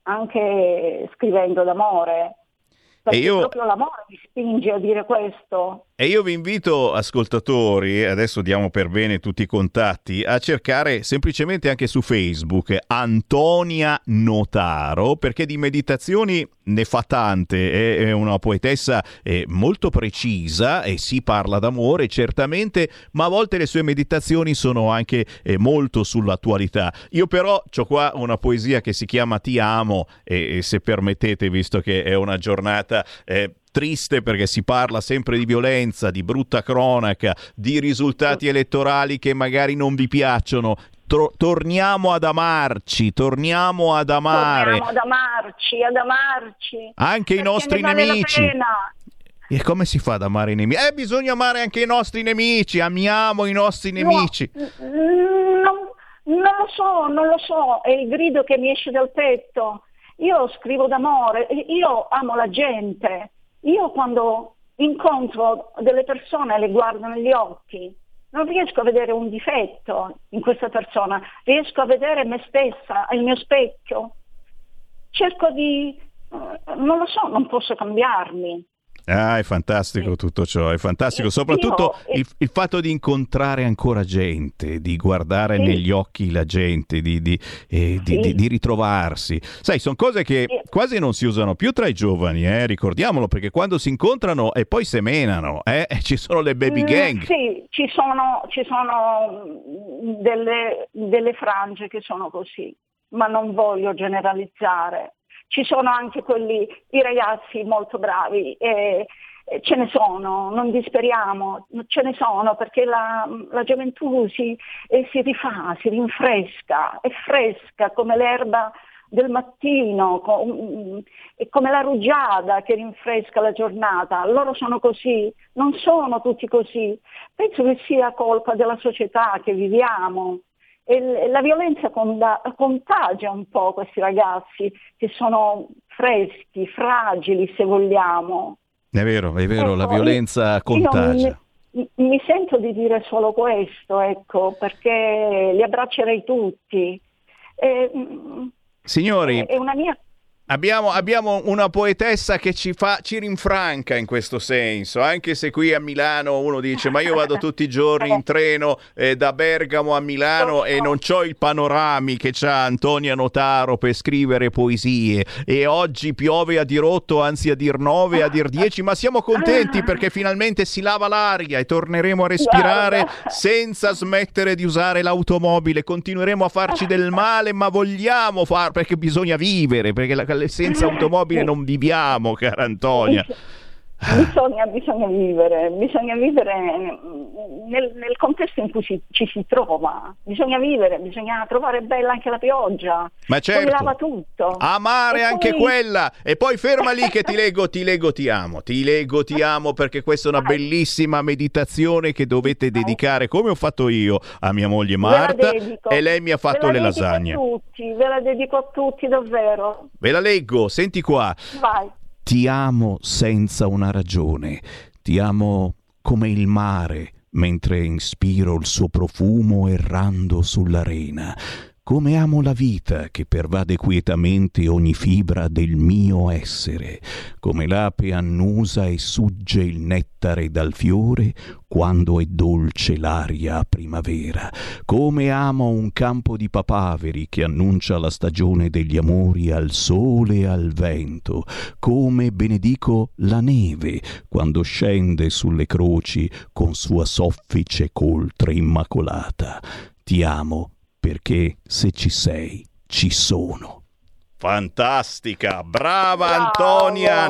anche scrivendo d'amore, perché E io- proprio l'amore mi spinge a dire questo. E io vi invito, ascoltatori, adesso diamo per bene tutti i contatti, a cercare semplicemente anche su Facebook Antonia Notaro, perché di meditazioni ne fa tante, è è una poetessa eh, molto precisa e si parla d'amore certamente, ma a volte le sue meditazioni sono anche eh, molto sull'attualità. Io però ho qua una poesia che si chiama Ti amo e, e se permettete, visto che è una giornata eh, triste perché si parla sempre di violenza, di brutta cronaca, di risultati elettorali che magari non vi piacciono. Tro- torniamo ad amarci, torniamo ad amare Torniamo ad amarci, ad amarci. anche i perché nostri ne vale la nemici. pena. E come si fa ad amare i nemici? Eh, bisogna amare anche i nostri nemici, amiamo i nostri nemici. No, mm, non, non lo so, non lo so, è il grido che mi esce dal petto. Io scrivo d'amore, io amo la gente. Io quando incontro delle persone le guardo negli occhi, non riesco a vedere un difetto in questa persona, riesco a vedere me stessa, il mio specchio. Cerco di, eh, non lo so, non posso cambiarmi. Ah, è fantastico tutto ciò, è fantastico, soprattutto Io- il, il fatto di incontrare ancora gente, di guardare Sì. negli occhi la gente, di, di, eh, di- Sì. di- di ritrovarsi. Sai, sono cose che Sì. quasi non si usano più tra i giovani, eh, ricordiamolo, perché quando si incontrano e poi semenano, eh, ci sono le baby Mm, gang. sì, ci sono, ci sono mm, delle, delle frange che sono così, ma non voglio generalizzare. Ci sono anche quelli, i ragazzi molto bravi, e, e ce ne sono, non disperiamo, ce ne sono perché la, la gioventù si, eh, si rifà, si rinfresca, è fresca come l'erba del mattino, co- è come la rugiada che rinfresca la giornata. Loro sono così, non sono tutti così. Penso che sia colpa della società che viviamo. E l- la violenza conda- contagia un po' questi ragazzi che sono freschi, fragili se vogliamo. È vero, è vero, la Ecco, violenza io- contagia. Io mi, mi sento di dire solo questo, ecco, perché li abbraccerei tutti. E, mm, Signori, è una mia... Abbiamo, abbiamo una poetessa che ci fa, ci rinfranca in questo senso, anche se qui a Milano uno dice ma io vado tutti i giorni in treno eh, da Bergamo a Milano e non c'ho il panorami che c'ha Antonia Notaro per scrivere poesie e oggi piove a dirotto, anzi a dir nove, a dir dieci, ma siamo contenti perché finalmente si lava l'aria e torneremo a respirare senza smettere di usare l'automobile, continueremo a farci del male ma vogliamo far perché bisogna vivere, perché la senza automobile non viviamo, cara Antonia. Bisogna, bisogna vivere, bisogna vivere nel, nel contesto in cui si, ci si trova, bisogna vivere, bisogna trovare bella anche la pioggia, Ma certo. poi lava tutto. Amare E anche poi- quella e poi ferma lì che ti leggo, ti leggo, ti amo, ti leggo, ti amo perché questa è una bellissima meditazione che dovete dedicare come ho fatto io a mia moglie Ve la Marta dedico. e lei mi ha fatto Ve la le dedico lasagne. a tutti, ve la dedico a tutti davvero. Ve la leggo, senti qua. Vai. Ti amo senza una ragione, ti amo come il mare mentre inspiro il suo profumo errando sull'arena. Come amo la vita che pervade quietamente ogni fibra del mio essere, come l'ape annusa e sugge il nettare dal fiore quando è dolce l'aria a primavera, come amo un campo di papaveri che annuncia la stagione degli amori al sole e al vento, come benedico la neve quando scende sulle croci con sua soffice coltre immacolata. Ti amo perché se ci sei, ci sono. Fantastica, brava Bravo, Antonia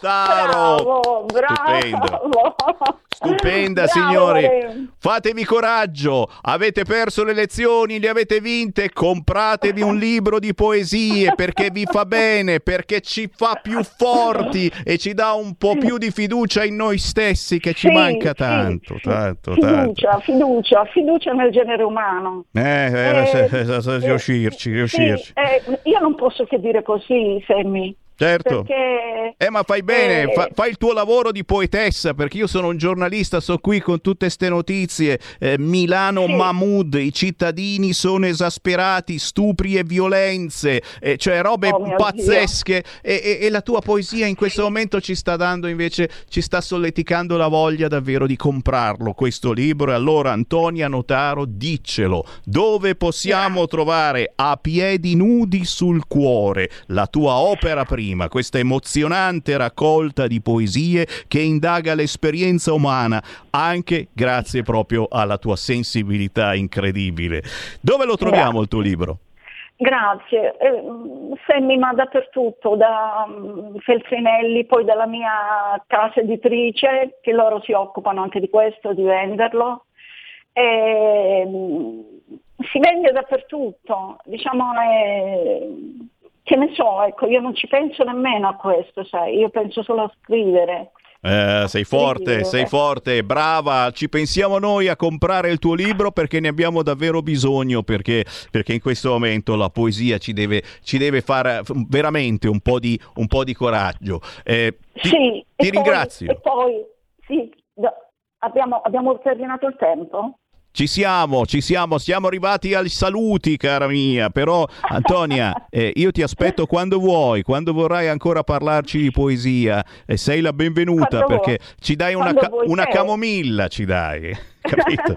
Notaro. Bravo, bravo. Stupenda. Stupenda, Bravo, signori. Lorenzo. Fatevi coraggio. Avete perso le elezioni, le avete vinte. Compratevi un libro di poesie perché vi fa bene, perché ci fa più forti e ci dà un po' più di fiducia in noi stessi che ci Sì, manca sì, tanto, sì. tanto, tanto. Fiducia, fiducia, fiducia nel genere umano. Eh, eh, Eh, se- se- se- eh, riuscirci, riuscirci. Sì, eh, io non posso che dire così, Sammy. Certo. Perché Eh, ma fai bene, eh, fa- fai il tuo lavoro di poetessa, perché io sono un giornalista, sto qui con tutte ste notizie. Eh, Milano Mahmood, i cittadini sono esasperati, stupri e violenze, eh, cioè robe Oh, mio pazzesche. E, e- e la tua poesia in questo momento ci sta dando invece, ci sta solleticando la voglia davvero di comprarlo, questo libro. E allora, Antonia Notaro, diccelo, dove possiamo trovare A piedi nudi sul cuore, la tua opera prima? Questa emozionante raccolta di poesie che indaga l'esperienza umana, anche grazie proprio alla tua sensibilità incredibile. Dove lo troviamo il tuo libro? Grazie, eh, Sammy, ma dappertutto, da um, Feltrinelli, poi dalla mia casa editrice, che loro si occupano anche di questo, di venderlo. E, mm, si vende dappertutto, diciamo, eh, che ne so, ecco, io non ci penso nemmeno a questo, sai, io penso solo a scrivere. Eh, sei forte, Scrivere. sei forte, brava, ci pensiamo noi a comprare il tuo libro perché ne abbiamo davvero bisogno, perché, perché in questo momento la poesia ci deve, ci deve fare veramente un po' di, un po' di coraggio. Eh, ti Sì, ti e ringrazio. Poi, e poi, sì, da- abbiamo, abbiamo terminato il tempo? Ci siamo, ci siamo, siamo arrivati ai saluti, cara mia, però Antonia, eh, io ti aspetto quando vuoi, quando vorrai ancora parlarci di poesia, e sei la benvenuta, Quando perché vuoi. ci dai una, Quando ca- vuoi una te. camomilla, ci dai, capito?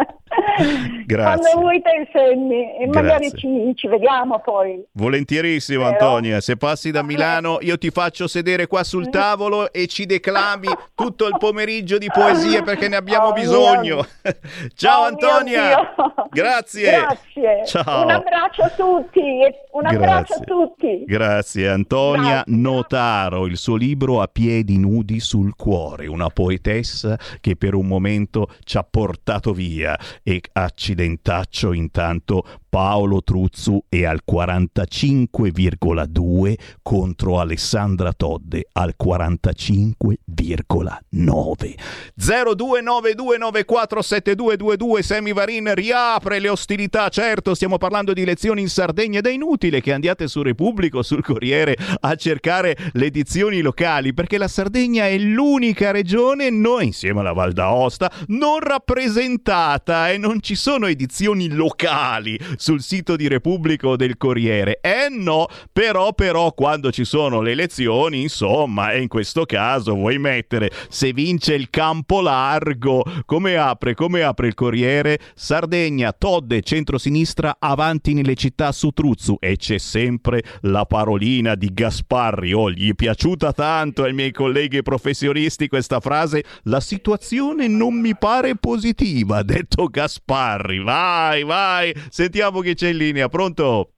Grazie. Quando vuoi te, Sammy, e magari Grazie. ci, ci vediamo poi. Volentierissimo, Vero? Antonia, se passi da Milano io ti faccio sedere qua sul tavolo e ci declami tutto il pomeriggio di poesie perché ne abbiamo Oh, bisogno. mio- Ciao Oh, Antonia, mio Dio. grazie. Grazie. Ciao. Un abbraccio a tutti, e un abbraccio a Grazie. tutti. Grazie Antonia Grazie. Notaro, il suo libro A piedi nudi sul cuore, una poetessa che per un momento ci ha portato via, e accidentaccio intanto Paolo Truzzu è al quarantacinque virgola due contro Alessandra Todde al quarantacinque virgola nove. zero due nove due nove quattro sette due due due. Sammy Varin riapre le ostilità. Certo, stiamo parlando di elezioni in Sardegna ed è inutile che andiate su Repubblica o sul Corriere a cercare le edizioni locali, perché la Sardegna è l'unica regione, noi insieme alla Val d'Aosta, non rappresentata, e non ci sono edizioni locali sul sito di Repubblica o del Corriere. Eh no, però però quando ci sono le elezioni, insomma, e in questo caso vuoi mettere se vince il campo largo. Come apre, come apre il Corriere? Sardegna, Todde, centrosinistra avanti nelle città su Truzzu, e c'è sempre la parolina di Gasparri. Oh, gli è piaciuta tanto ai miei colleghi professionisti questa frase: la situazione non mi pare positiva, ha detto Gasparri. Vai, vai, sentiamo chi c'è in linea. Pronto?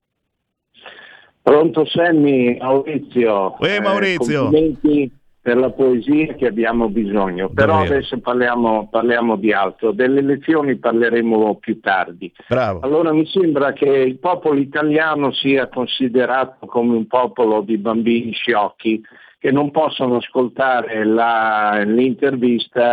Pronto Sammy, Maurizio. Eh, Maurizio. Complimenti per la poesia che abbiamo bisogno, però Davvero. adesso parliamo, parliamo di altro. Delle elezioni parleremo più tardi. Bravo. Allora mi sembra che il popolo italiano sia considerato come un popolo di bambini sciocchi che non possono ascoltare la, l'intervista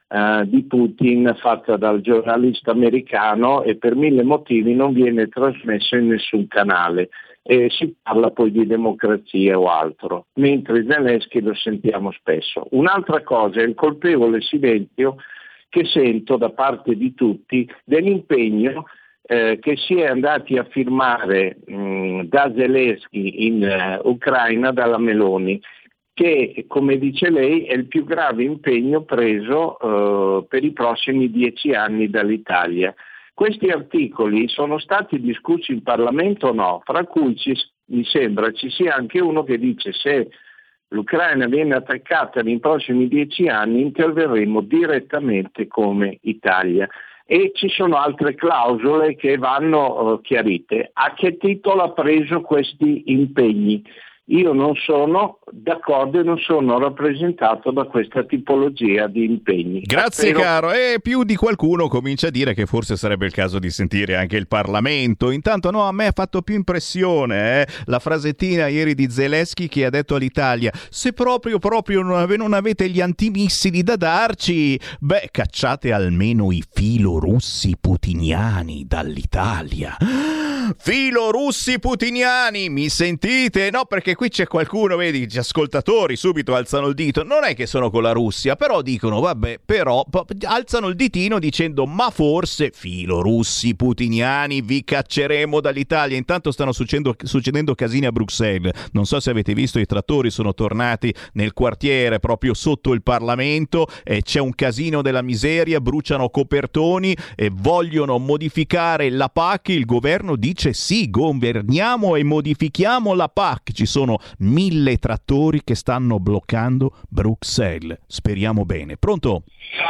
uh, di Putin fatta dal giornalista americano e per mille motivi non viene trasmessa in nessun canale. E si parla poi di democrazia o altro, mentre Zelensky lo sentiamo spesso. Un'altra cosa è il colpevole silenzio che sento da parte di tutti dell'impegno eh, che si è andati a firmare mh, da Zelensky in uh, Ucraina dalla Meloni, che come dice lei è il più grave impegno preso uh, per i prossimi dieci anni dall'Italia. Questi articoli sono stati discussi in Parlamento o no? Fra cui ci, mi sembra ci sia anche uno che dice se l'Ucraina viene attaccata nei prossimi dieci anni interverremo direttamente come Italia. E ci sono altre clausole che vanno uh, chiarite. A che titolo ha preso questi impegni? Io non sono d'accordo e non sono rappresentato da questa tipologia di impegni. Grazie Spero... caro, e più di qualcuno comincia a dire che forse sarebbe il caso di sentire anche il Parlamento. Intanto no, a me ha fatto più impressione eh, la frasettina ieri di Zelensky che ha detto all'Italia: se proprio proprio non, ave- non avete gli antimissili da darci, beh, cacciate almeno i filorussi putiniani dall'Italia. Filorussi putiniani, mi sentite? No, perché qui c'è qualcuno, vedi, gli ascoltatori subito alzano il dito. Non è che sono con la Russia, però dicono vabbè, però alzano il ditino dicendo ma forse filorussi putiniani vi cacceremo dall'Italia. Intanto stanno succedendo, succedendo casini a Bruxelles. Non so se avete visto, i trattori sono tornati nel quartiere proprio sotto il Parlamento e c'è un casino della miseria, bruciano copertoni e vogliono modificare la P A C. Il governo dice sì, governiamo e modifichiamo la P A C. Ci sono mille trattori che stanno bloccando Bruxelles. Speriamo bene. Pronto?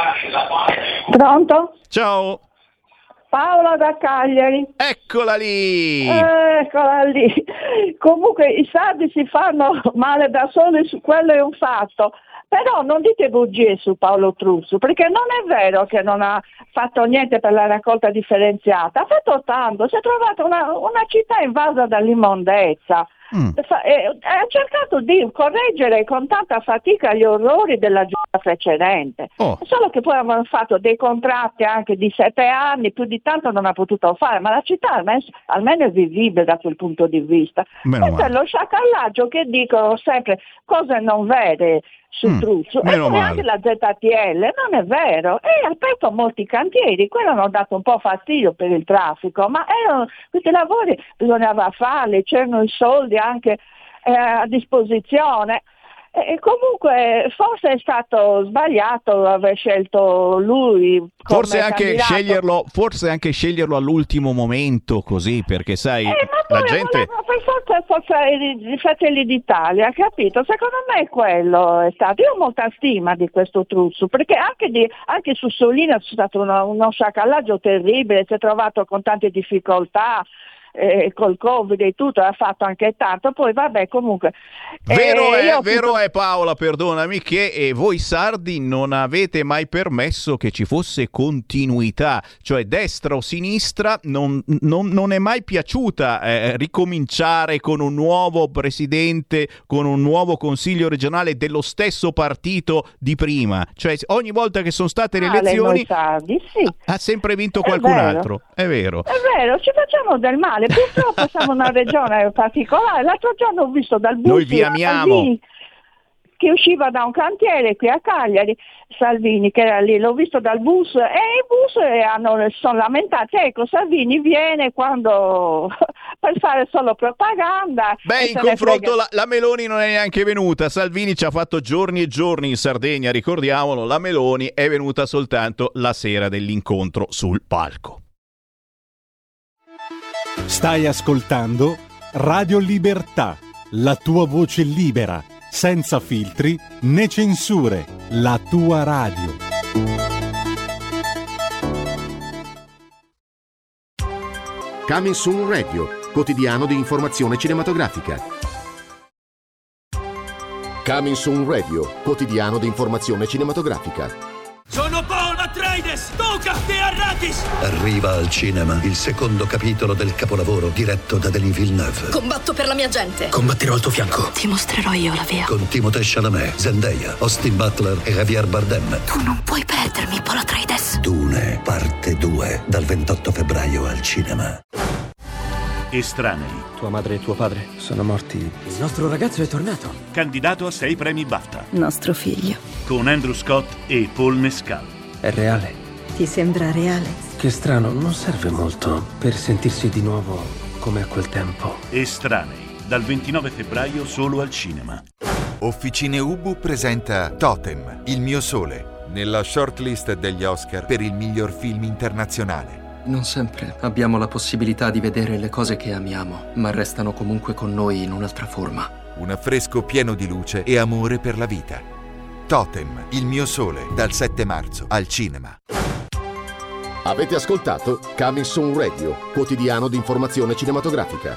Pronto? Ciao. Paola da Cagliari. Eccola lì. Eccola lì. Comunque i sardi si fanno male da soli, su quello è un fatto. Però non dite bugie su Paolo Truzzu, perché non è vero che non ha fatto niente per la raccolta differenziata, ha fatto tanto, si è trovata una, una città invasa dall'immondezza. Mm. Ha cercato di correggere con tanta fatica gli orrori della giunta precedente, oh. Solo che poi hanno fatto dei contratti anche di sette anni, più di tanto non ha potuto fare, ma la città almeno, almeno è vivibile da quel punto di vista. Meno e per lo sciacallaggio che dicono sempre cose non vere su mm, Truzzu, e anche la Z T L non è vero, e ha aperto molti cantieri, quello hanno dato un po' fastidio per il traffico, ma erano, questi lavori bisognava farli, c'erano i soldi anche eh, a disposizione. E comunque forse è stato sbagliato aver scelto lui come forse anche candidato. sceglierlo forse anche sceglierlo all'ultimo momento, così, perché sai eh, la gente voleva, per forza forza i Fratelli d'Italia, capito? Secondo me quello è stato. Io ho molta stima di questo Truzzu, perché anche, di, anche su Solina c'è stato uno, uno sciacallaggio terribile, si è trovato con tante difficoltà. Eh, col Covid e tutto, ha fatto anche tanto, poi vabbè, comunque vero eh, è, vero tutto... è Paola, perdonami, che eh, voi sardi non avete mai permesso che ci fosse continuità, cioè destra o sinistra non, non, non è mai piaciuta eh, ricominciare con un nuovo presidente, con un nuovo consiglio regionale dello stesso partito di prima, cioè ogni volta che sono state le ah, elezioni le sardi, sì. ha sempre vinto qualcun vero. altro, è vero è vero, ci facciamo del male. Purtroppo siamo una regione particolare. L'altro giorno ho visto dal bus noi vi amiamo Salvini, che usciva da un cantiere qui a Cagliari, Salvini che era lì, l'ho visto dal bus e i bus hanno, sono lamentati. Ecco, Salvini viene quando per fare solo propaganda. Beh, in confronto la, la Meloni non è neanche venuta. Salvini ci ha fatto giorni e giorni in Sardegna, ricordiamolo. La Meloni è venuta soltanto la sera dell'incontro sul palco. Stai ascoltando Radio Libertà, la tua voce libera, senza filtri né censure, la tua radio. Coming Soon Radio, quotidiano di informazione cinematografica. Coming Soon Radio, quotidiano di informazione cinematografica. Sono Paolo Atreides, tocca te a Zemeckis! Arriva al cinema il secondo capitolo del capolavoro diretto da Denis Villeneuve. Combatto per la mia gente. Combatterò al tuo fianco. Ti mostrerò io la via. Con Timothée Chalamet, Zendaya, Austin Butler e Javier Bardem. Tu non puoi perdermi, Paul Atreides. Dune, parte due, dal ventotto febbraio al cinema. Estranei. Tua madre e tuo padre sono morti. Il nostro ragazzo è tornato. Candidato a sei premi BAFTA. Nostro figlio. Con Andrew Scott e Paul Mescal. È reale. Ti sembra reale? Che strano, non serve molto per sentirsi di nuovo come a quel tempo. Estranei. Dal ventinove febbraio solo al cinema. Officine Ubu presenta Totem, il mio sole, nella shortlist degli Oscar per il miglior film internazionale. Non sempre abbiamo la possibilità di vedere le cose che amiamo, ma restano comunque con noi in un'altra forma. Un affresco pieno di luce e amore per la vita. Totem, il mio sole, dal sette marzo al cinema. Avete ascoltato Coming Soon Radio, quotidiano di informazione cinematografica.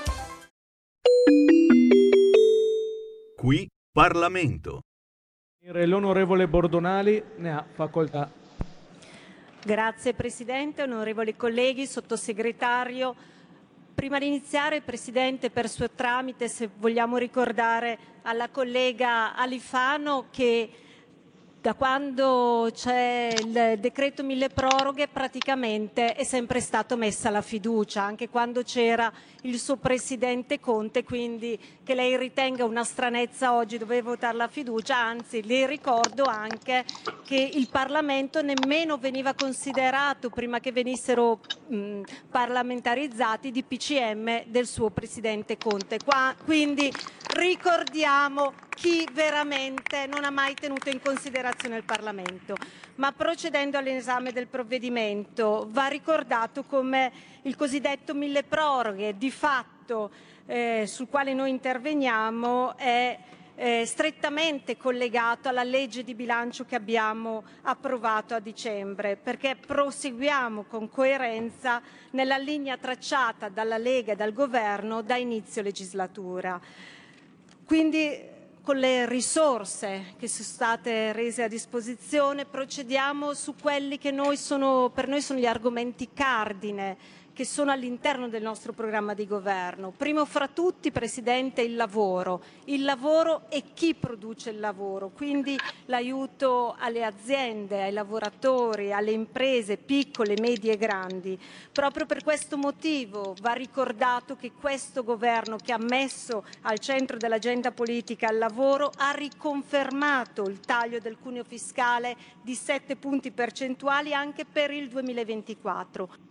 Qui Parlamento. L'onorevole Bordonali ne ha facoltà. Grazie Presidente, onorevoli colleghi, Sottosegretario. Prima di iniziare, Presidente, per suo tramite, se vogliamo ricordare alla collega Alifano che da quando c'è il decreto mille proroghe praticamente è sempre stata messa la fiducia, anche quando c'era il suo Presidente Conte, quindi che lei ritenga una stranezza oggi dover votare la fiducia, anzi le ricordo anche che il Parlamento nemmeno veniva considerato prima che venissero mh, parlamentarizzati di P C M del suo Presidente Conte. Qua, quindi ricordiamo chi veramente non ha mai tenuto in considerazione il Parlamento. Ma procedendo all'esame del provvedimento, va ricordato come il cosiddetto mille proroghe, di fatto eh, sul quale noi interveniamo, è eh, strettamente collegato alla legge di bilancio che abbiamo approvato a dicembre, perché proseguiamo con coerenza nella linea tracciata dalla Lega e dal Governo da inizio legislatura. Quindi con le risorse che sono state rese a disposizione procediamo su quelli che noi sono, per noi sono gli argomenti cardine che sono all'interno del nostro programma di governo. Primo fra tutti, Presidente, il lavoro. Il lavoro e chi produce il lavoro, quindi l'aiuto alle aziende, ai lavoratori, alle imprese piccole, medie e grandi. Proprio per questo motivo va ricordato che questo governo, che ha messo al centro dell'agenda politica il lavoro, ha riconfermato il taglio del cuneo fiscale di sette punti percentuali anche per il duemilaventiquattro.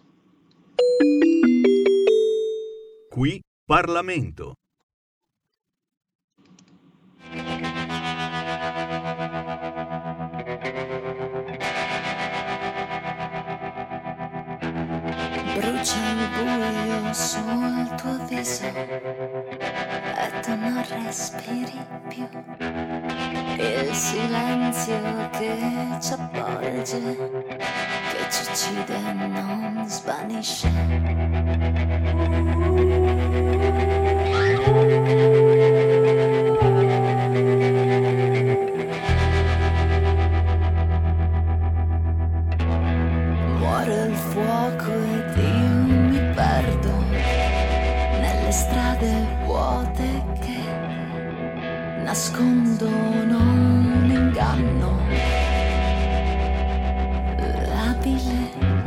Qui Parlamento. Brucia il buio sul tuo viso e tu non respiri più. Il silenzio che ci avvolge, che ci uccide e non svanisce. Muore il fuoco ed io mi perdo nelle strade vuote che nascondono un inganno labile.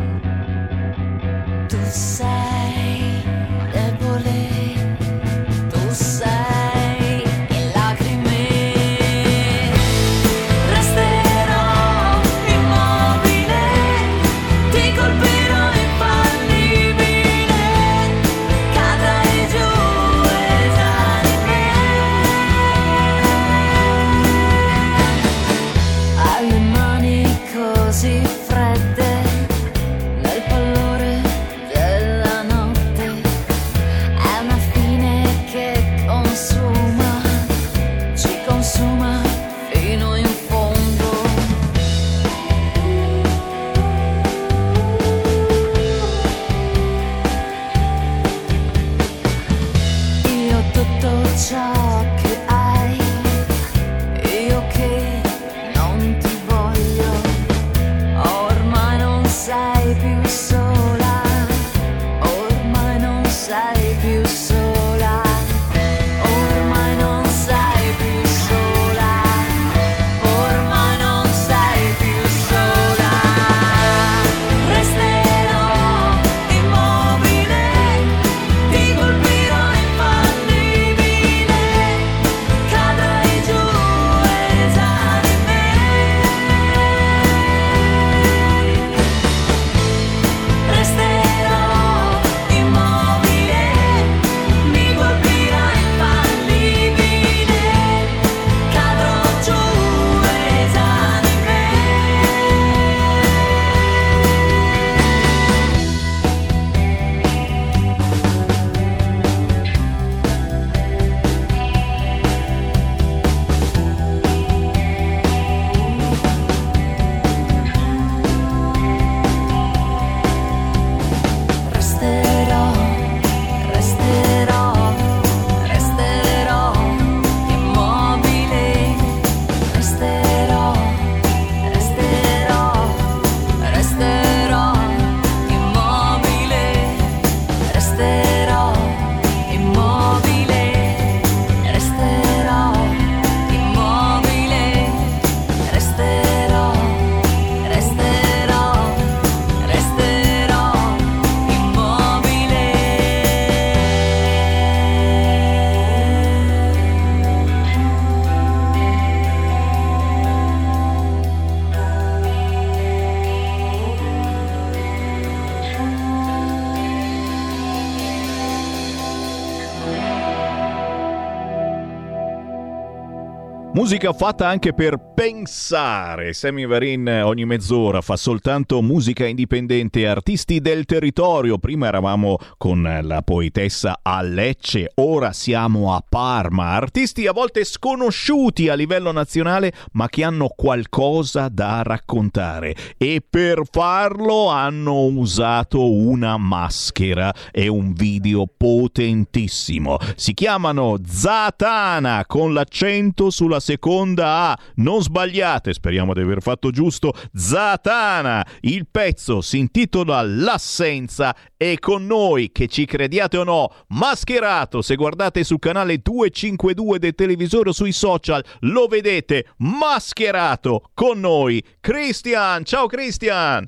Tu sei debole, tu sei in lacrime. Resterò immobile, ti colpirò infallibile, cadrai giù esanime. Alle mani così fredde Musica fatta anche per pensare. Sammy Varin ogni mezz'ora fa soltanto musica indipendente, artisti del territorio. Prima eravamo con la poetessa a Lecce, ora siamo a Parma. Artisti a volte sconosciuti a livello nazionale, ma che hanno qualcosa da raccontare. E per farlo hanno usato una maschera e un video potentissimo. Si chiamano Zatanna, con l'accento sulla seconda A. Non sbagliate, speriamo di aver fatto giusto. Zatanna. Il pezzo si intitola L'assenza e con noi, che ci crediate o no, mascherato. Se guardate sul canale duecentocinquantadue del televisore o sui social lo vedete, mascherato con noi Christian. Ciao Christian.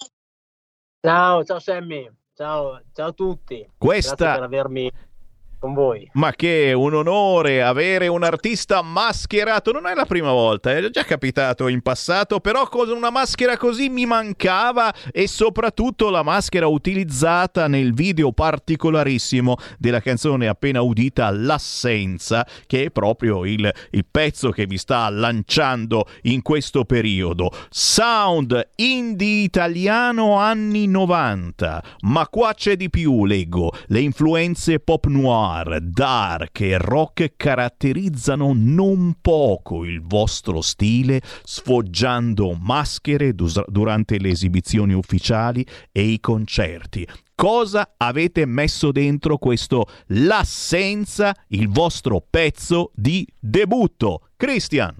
Ciao, ciao Sammy. Ciao, ciao a tutti. Questa... Grazie per avermi con voi. Ma che un onore avere un artista mascherato. Non è la prima volta, è già capitato in passato, però con una maschera così mi mancava, e soprattutto la maschera utilizzata nel video particolarissimo della canzone appena udita, L'assenza, che è proprio il, il pezzo che vi sta lanciando in questo periodo. Sound indie italiano anni novanta, ma qua c'è di più, leggo. Le influenze pop noir, dark e rock caratterizzano non poco il vostro stile, sfoggiando maschere dus- durante le esibizioni ufficiali e i concerti. Cosa avete messo dentro questo L'assenza, il vostro pezzo di debutto? Christian.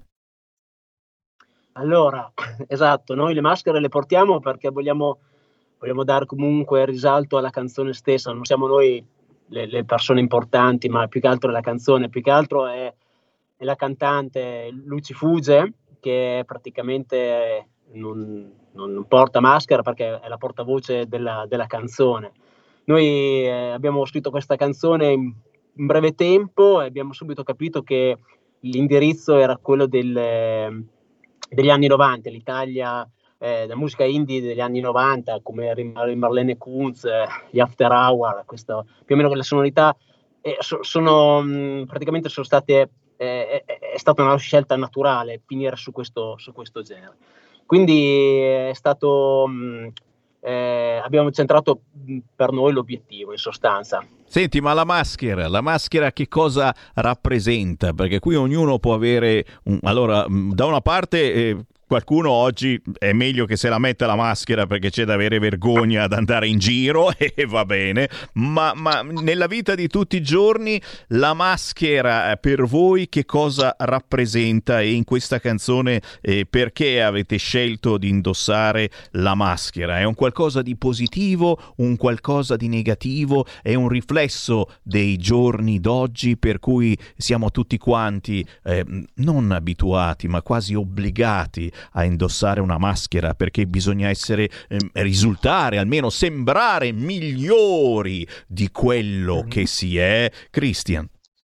Allora, esatto, noi le maschere le portiamo perché vogliamo, vogliamo dare comunque risalto alla canzone stessa. Non siamo noi Le, le persone importanti, ma più che altro è la canzone, più che altro è, è la cantante Luci Fugge, che praticamente non, non porta maschera perché è la portavoce della, della canzone. Noi eh, abbiamo scritto questa canzone in, in breve tempo e abbiamo subito capito che l'indirizzo era quello del, eh, degli anni novanta, l'Italia, Eh, la musica indie degli anni novanta, come Marlene Kunz, eh, gli After Hour, questo, più o meno quelle sonorità, eh, so, sono mh, praticamente sono state, eh, è, è stata una scelta naturale finire su questo, su questo genere. Quindi è stato, mh, eh, abbiamo centrato mh, per noi l'obiettivo in sostanza. Senti, ma la maschera, la maschera che cosa rappresenta? Perché qui ognuno può avere, un, allora, da una parte... Eh, Qualcuno oggi è meglio che se la metta la maschera perché c'è da avere vergogna ad andare in giro e va bene, ma, ma nella vita di tutti i giorni la maschera per voi che cosa rappresenta? E in questa canzone eh, perché avete scelto di indossare la maschera? È un qualcosa di positivo, un qualcosa di negativo? È un riflesso dei giorni d'oggi per cui siamo tutti quanti eh, non abituati ma quasi obbligati a indossare una maschera perché bisogna essere eh, risultare, almeno sembrare migliori di quello che si è. Christian.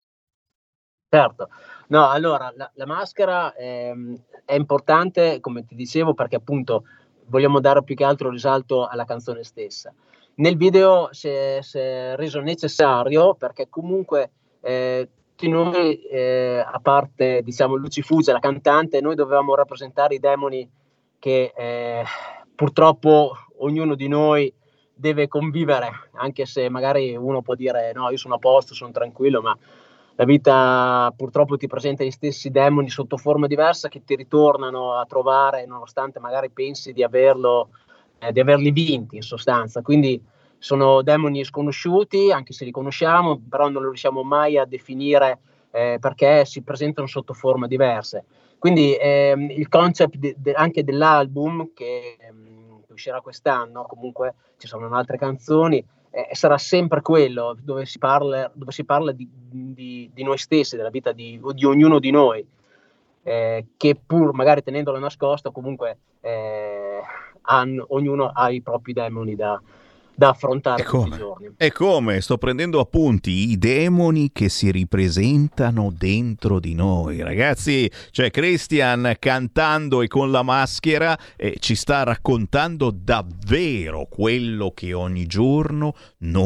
Certo, no, allora la, la maschera è, è importante, come ti dicevo, perché appunto vogliamo dare più che altro risalto alla canzone stessa. Nel video si è, si è reso necessario perché comunque eh, noi, eh, a parte diciamo Luci Fugge, la cantante, noi dovevamo rappresentare i demoni che eh, purtroppo ognuno di noi deve convivere, anche se magari uno può dire no, io sono a posto, sono tranquillo, ma la vita purtroppo ti presenta gli stessi demoni sotto forma diversa che ti ritornano a trovare nonostante magari pensi di averlo, eh, di averli vinti in sostanza. Quindi sono demoni sconosciuti, anche se li conosciamo, però non li riusciamo mai a definire eh, perché si presentano sotto forme diverse. Quindi ehm, il concept de- de- anche dell'album che, ehm, che uscirà quest'anno, comunque ci sono altre canzoni, eh, sarà sempre quello dove si parla, dove si parla di, di, di noi stessi, della vita di, di ognuno di noi, eh, che pur magari tenendolo nascosto comunque eh, hanno, ognuno ha i propri demoni da da affrontare tutti i giorni. E come? Sto prendendo appunti, i demoni che si ripresentano dentro di noi, ragazzi. Cioè Christian cantando e con la maschera eh, ci sta raccontando davvero quello che ogni giorno noi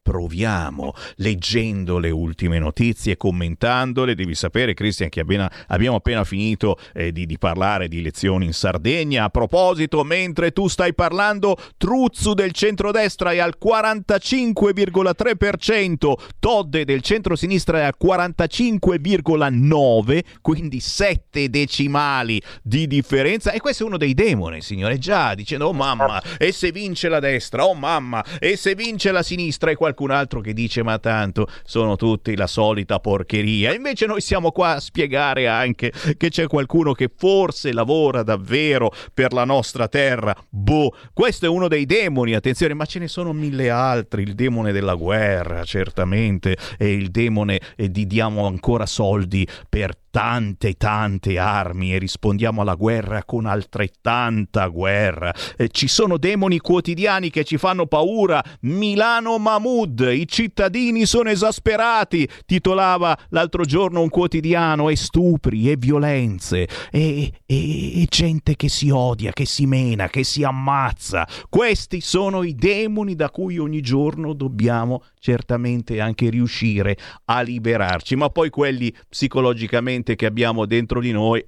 proviamo leggendo le ultime notizie, commentandole. Devi sapere, Cristian, che appena, abbiamo appena finito eh, di, di parlare di elezioni in Sardegna. A proposito, mentre tu stai parlando, Truzzu del centrodestra è al quarantacinque virgola tre per cento, Todde del centrosinistra è al quarantacinque virgola nove, quindi sette decimali di differenza. E questo è uno dei demoni, signore, già dicendo oh mamma, e se vince la destra, oh mamma, e se vince la sinistra, e qualcun altro che dice ma tanto sono tutti la solita porcheria. Invece noi siamo qua a spiegare anche che c'è qualcuno che forse lavora davvero per la nostra terra. Boh, questo è uno dei demoni, attenzione, ma ce ne sono mille altri. Il demone della guerra, certamente, e il demone eh, di diamo ancora soldi per tante tante armi e rispondiamo alla guerra con altrettanta guerra. Eh, ci sono demoni quotidiani che ci fanno paura. Milano Mahmood, i cittadini sono esasperati, titolava l'altro giorno un quotidiano, e stupri e violenze e, e, e gente che si odia, che si mena, che si ammazza. Questi sono i demoni da cui ogni giorno dobbiamo certamente anche riuscire a liberarci, ma poi quelli psicologicamente che abbiamo dentro di noi,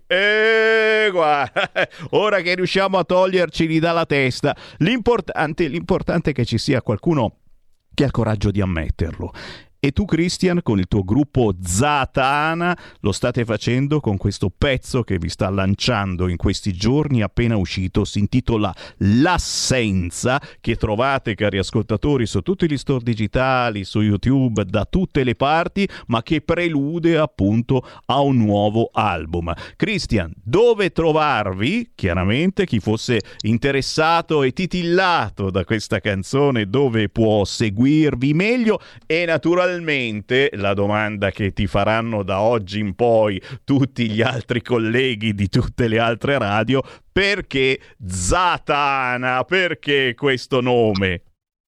e guarda, ora che riusciamo a toglierceli dalla testa, l'importante, l'importante è che ci sia qualcuno che ha il coraggio di ammetterlo. E tu, Cristian, con il tuo gruppo Zatanna lo state facendo con questo pezzo che vi sta lanciando in questi giorni, appena uscito, si intitola L'assenza, che trovate, cari ascoltatori, su tutti gli store digitali, su YouTube, da tutte le parti, ma che prelude appunto a un nuovo album. Cristian, dove trovarvi? Chiaramente chi fosse interessato e titillato da questa canzone, dove può seguirvi meglio? E naturalmente la domanda che ti faranno da oggi in poi tutti gli altri colleghi di tutte le altre radio: perché Zatanna? Perché questo nome?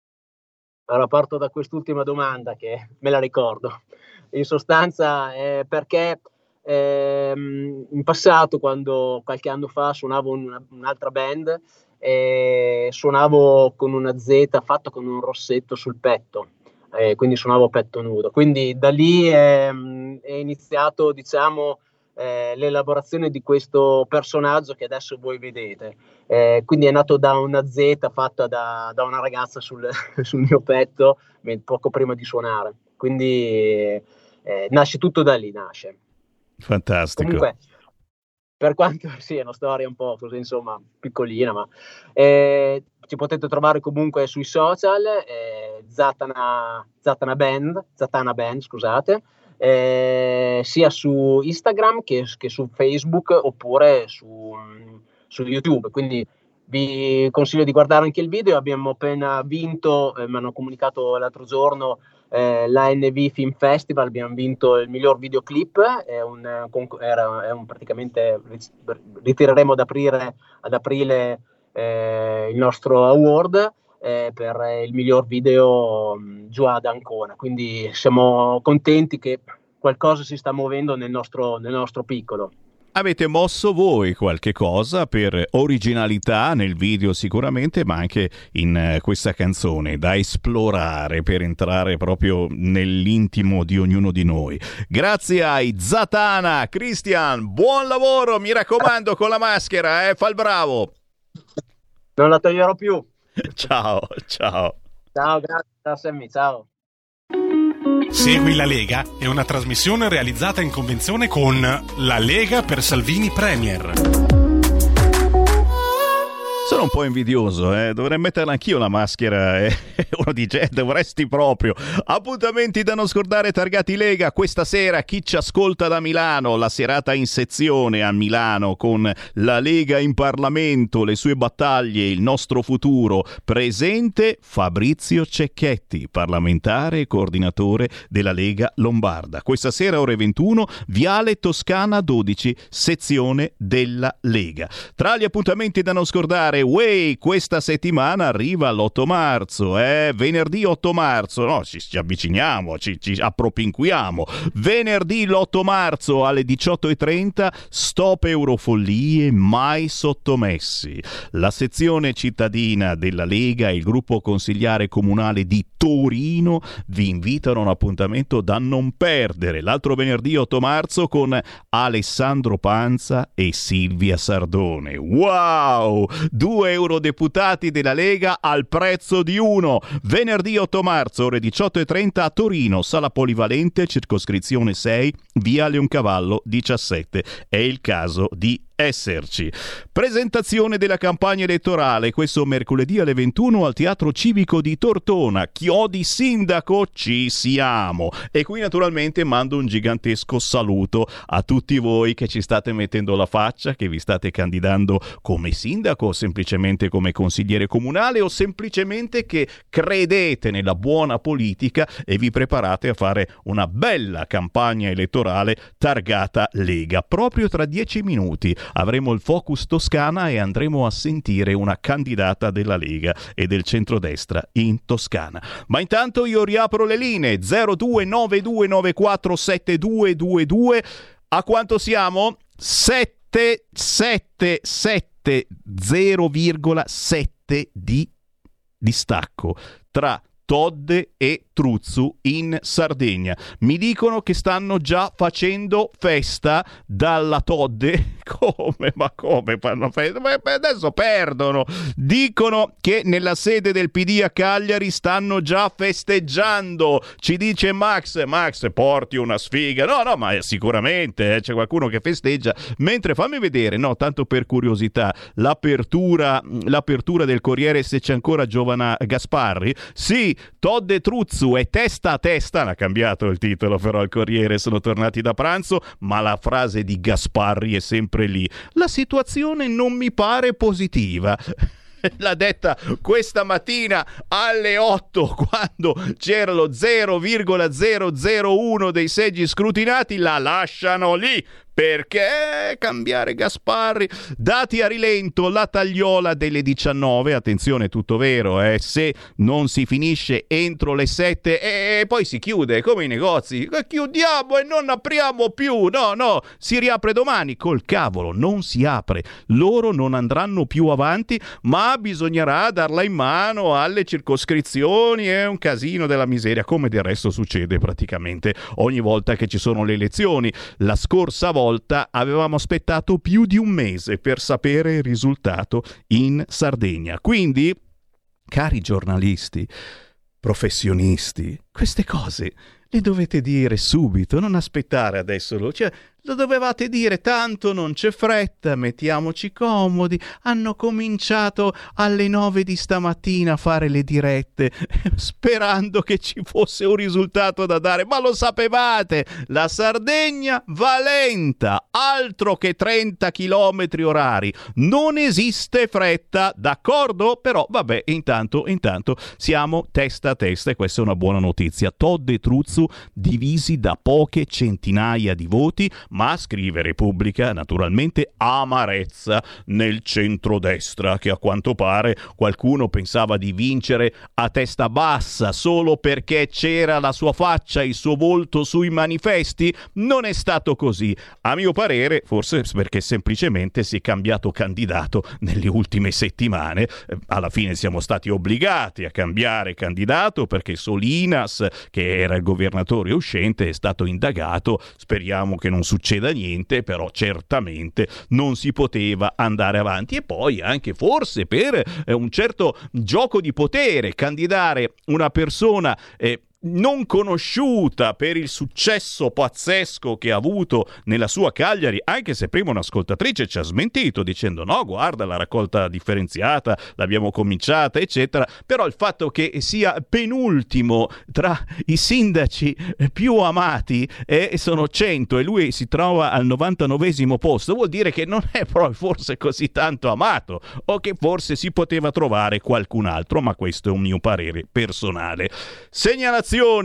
Allora parto da quest'ultima domanda che me la ricordo. In sostanza eh, perché ehm, in passato, quando qualche anno fa suonavo una, un'altra band, eh, suonavo con una Z fatta con un rossetto sul petto. Eh, quindi suonavo a petto nudo, quindi da lì è, è iniziato, diciamo, eh, l'elaborazione di questo personaggio che adesso voi vedete. Eh, quindi è nato da una Z fatta da, da una ragazza sul, sul mio petto poco prima di suonare, quindi eh, nasce tutto da lì, nasce. Fantastico. Comunque, per quanto sì, è una storia un po' così, insomma, piccolina, ma eh, ci potete trovare comunque sui social, eh, Zatanna, Zatanna Band, Zatanna Band, scusate, eh, sia su Instagram che, che su Facebook, oppure su, su YouTube. Quindi vi consiglio di guardare anche il video. Abbiamo appena vinto, eh, mi hanno comunicato l'altro giorno, eh, l'A N V Film Festival, abbiamo vinto il miglior videoclip, è un, era, è un praticamente ritireremo ad aprile, ad aprile eh, il nostro award eh, per il miglior video um, giù ad Ancona, quindi siamo contenti che qualcosa si sta muovendo nel nostro, nel nostro piccolo. Avete mosso voi qualche cosa per originalità nel video sicuramente, ma anche in uh, questa canzone da esplorare per entrare proprio nell'intimo di ognuno di noi. Grazie ai Zatanna. Cristian, buon lavoro, mi raccomando, con la maschera, eh, fa il bravo. Non la toglierò più. Ciao, ciao. Ciao, grazie, Sammy, ciao. Segui la Lega è una trasmissione realizzata in convenzione con La Lega per Salvini Premier. Sono un po' invidioso, eh? Dovrei metterla anch'io la maschera. Eh? Uno dice, eh, dovresti proprio. Appuntamenti da non scordare targati Lega. Questa sera chi ci ascolta da Milano, la serata in sezione a Milano con la Lega in Parlamento, le sue battaglie, il nostro futuro. Presente Fabrizio Cecchetti, parlamentare e coordinatore della Lega Lombarda. Questa sera ore ventuno, Viale Toscana dodici, sezione della Lega. Tra gli appuntamenti da non scordare, fare way. Questa settimana arriva l'otto marzo, eh? Venerdì otto marzo, no, ci, ci avviciniamo, ci, ci appropinquiamo. Venerdì l'otto marzo alle diciotto e trenta, stop eurofollie mai sottomessi. La sezione cittadina della Lega e il gruppo consigliare comunale di Torino vi invitano a un appuntamento da non perdere l'altro venerdì otto marzo con Alessandro Panza e Silvia Sardone. Wow! Due eurodeputati della Lega al prezzo di uno. Venerdì otto marzo ore diciotto e trenta a Torino, sala polivalente, circoscrizione sei, via Leoncavallo diciassette. È il caso di esserci. Presentazione della campagna elettorale questo mercoledì alle ventuno al Teatro Civico di Tortona. Chiodi sindaco, ci siamo. E qui naturalmente mando un gigantesco saluto a tutti voi che ci state mettendo la faccia, che vi state candidando come sindaco o semplicemente come consigliere comunale o semplicemente che credete nella buona politica e vi preparate a fare una bella campagna elettorale targata Lega. Proprio tra dieci minuti avremo il Focus Toscana e andremo a sentire una candidata della Lega e del centrodestra in Toscana. Ma intanto io riapro le linee zero due nove due nove quattro sette due due due. A quanto siamo? sette sette sette zero virgola sette di distacco tra Todde e Truzzu in Sardegna. Mi dicono che stanno già facendo festa dalla Todde. Come? Ma come fanno festa? Ma adesso perdono. Dicono che nella sede del P D a Cagliari stanno già festeggiando. Ci dice Max. Max, porti una sfiga. No, no, ma sicuramente eh, c'è qualcuno che festeggia. Mentre fammi vedere, no, tanto per curiosità, l'apertura, l'apertura del Corriere, se c'è ancora Giovanna Gasparri. Sì, Todde e Truzzu è testa a testa, l'ha cambiato il titolo però il Corriere, sono tornati da pranzo, ma la frase di Gasparri è sempre lì. La situazione non mi pare positiva. L'ha detta questa mattina alle otto, quando c'era lo zero virgola zero zero uno dei seggi scrutinati. La lasciano lì. Perché cambiare Gasparri? Dati a rilento, la tagliola delle diciannove, attenzione, tutto vero, eh, se non si finisce entro le sette e eh, poi si chiude, come i negozi, chiudiamo e non apriamo più, no, no, si riapre domani, col cavolo, non si apre, loro non andranno più avanti, ma bisognerà darla in mano alle circoscrizioni, è un casino della miseria, come del resto succede praticamente ogni volta che ci sono le elezioni. La scorsa volta avevamo aspettato più di un mese per sapere il risultato in Sardegna. Quindi, cari giornalisti, professionisti, queste cose le dovete dire subito, non aspettare adesso, cioè lo dovevate dire, tanto non c'è fretta, mettiamoci comodi. Hanno cominciato alle nove di stamattina a fare le dirette sperando che ci fosse un risultato da dare, ma lo sapevate, la Sardegna va lenta, altro che trenta chilometri orari, non esiste fretta, d'accordo? Però vabbè, intanto, intanto siamo testa a testa e questa è una buona notizia. Todde e Truzzu divisi da poche centinaia di voti, ma scrive Repubblica naturalmente amarezza nel centrodestra, che a quanto pare qualcuno pensava di vincere a testa bassa solo perché c'era la sua faccia, il suo volto sui manifesti. Non è stato così, a mio parere, forse perché semplicemente si è cambiato candidato nelle ultime settimane. Alla fine siamo stati obbligati a cambiare candidato perché Solinas, che era il governatore uscente, è stato indagato. Speriamo che non succeda niente, però certamente non si poteva andare avanti. E poi anche forse per eh, un certo gioco di potere, candidare una persona eh, non conosciuta per il successo pazzesco che ha avuto nella sua Cagliari, anche se prima un'ascoltatrice ci ha smentito dicendo no, guarda, la raccolta differenziata l'abbiamo cominciata eccetera, però il fatto che sia penultimo tra i sindaci più amati e eh, sono cento e lui si trova al novantanovesimo posto, vuol dire che non è proprio forse così tanto amato, o che forse si poteva trovare qualcun altro, ma questo è un mio parere personale. Segnalazioni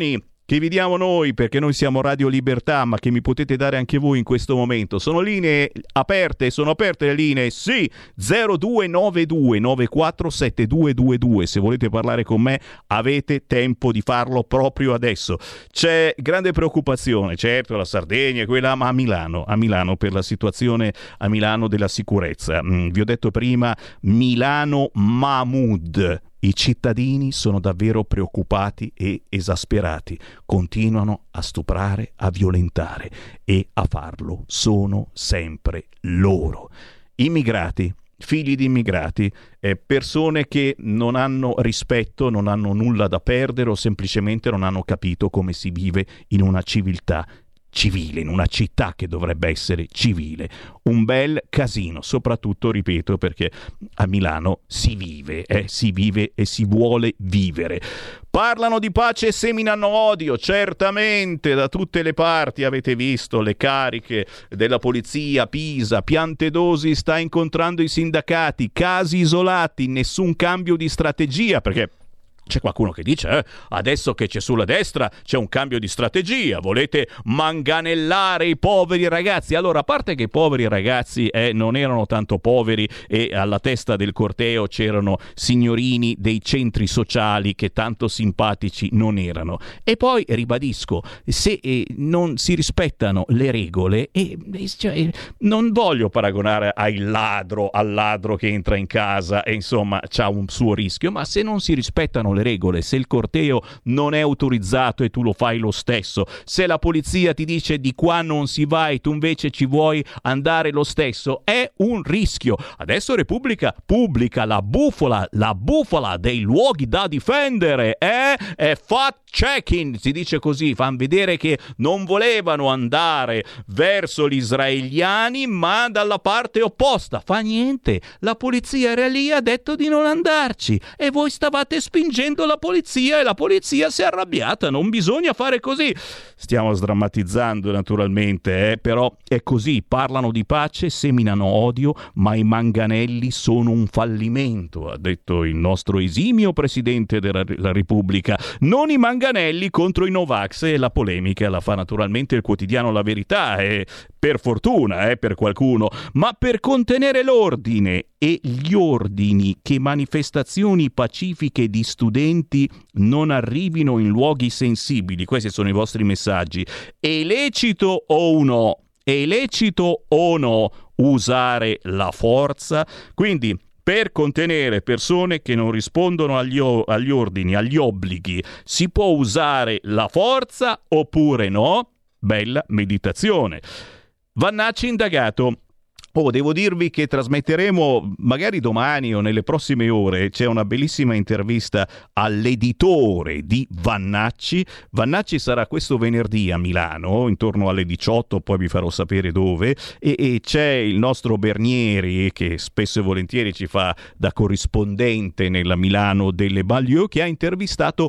che vi diamo noi, perché noi siamo Radio Libertà, ma che mi potete dare anche voi in questo momento. Sono linee aperte, sono aperte le linee, sì, zero due nove due nove quattro sette due due due. Se volete parlare con me avete tempo di farlo proprio adesso. C'è grande preoccupazione, certo, la Sardegna e quella, ma a Milano, a Milano per la situazione a Milano della sicurezza. Mm, vi ho detto prima, Milano Mahmood. I cittadini sono davvero preoccupati e esasperati, continuano a stuprare, a violentare e a farlo sono sempre loro. Immigrati, figli di immigrati, eh, persone che non hanno rispetto, non hanno nulla da perdere o semplicemente non hanno capito come si vive in una civiltà civile, in una città che dovrebbe essere civile. Un bel casino, soprattutto, ripeto, perché a Milano si vive, eh, si vive e si vuole vivere. Parlano di pace e seminano odio, certamente, da tutte le parti. Avete visto le cariche della polizia, Pisa, Piantedosi sta incontrando i sindacati, casi isolati, nessun cambio di strategia, perché c'è qualcuno che dice, eh, adesso che c'è sulla destra c'è un cambio di strategia, volete manganellare i poveri ragazzi. Allora, a parte che i poveri ragazzi eh, non erano tanto poveri e alla testa del corteo c'erano signorini dei centri sociali che tanto simpatici non erano. E poi, ribadisco, se eh, non si rispettano le regole, eh, cioè, non voglio paragonare al ladro, al ladro che entra in casa e insomma c'ha un suo rischio, ma se non si rispettano le regole, se il corteo non è autorizzato e tu lo fai lo stesso, se la polizia ti dice di qua non si va e tu invece ci vuoi andare lo stesso, è un rischio. Adesso Repubblica pubblica la bufala, la bufala dei luoghi da difendere, eh? È fact checking, si dice così, fanno vedere che non volevano andare verso gli israeliani ma dalla parte opposta. Fa niente, la polizia era lì, ha detto di non andarci e voi stavate spingendo la polizia e la polizia si è arrabbiata. Non bisogna fare così. Stiamo sdrammatizzando naturalmente, eh? Però è così, parlano di pace, seminano odio, ma i manganelli sono un fallimento, ha detto il nostro esimio Presidente della Repubblica. Non i manganelli contro i Novax, e la polemica la fa naturalmente il quotidiano La Verità, e per fortuna eh, per qualcuno, ma per contenere l'ordine e gli ordini che manifestazioni pacifiche di studenti non arrivino in luoghi sensibili. Questi sono i vostri messaggi. È lecito o no? È lecito o no usare la forza? Quindi, per contenere persone che non rispondono agli, o- agli ordini, agli obblighi, si può usare la forza oppure no? Bella meditazione. Vannacci indagato. Oh, devo dirvi che trasmetteremo magari domani o nelle prossime ore, c'è una bellissima intervista all'editore di Vannacci. Vannacci sarà questo venerdì a Milano, intorno alle diciotto, poi vi farò sapere dove, e, e c'è il nostro Bernieri, che spesso e volentieri ci fa da corrispondente nella Milano delle Banlieue, che ha intervistato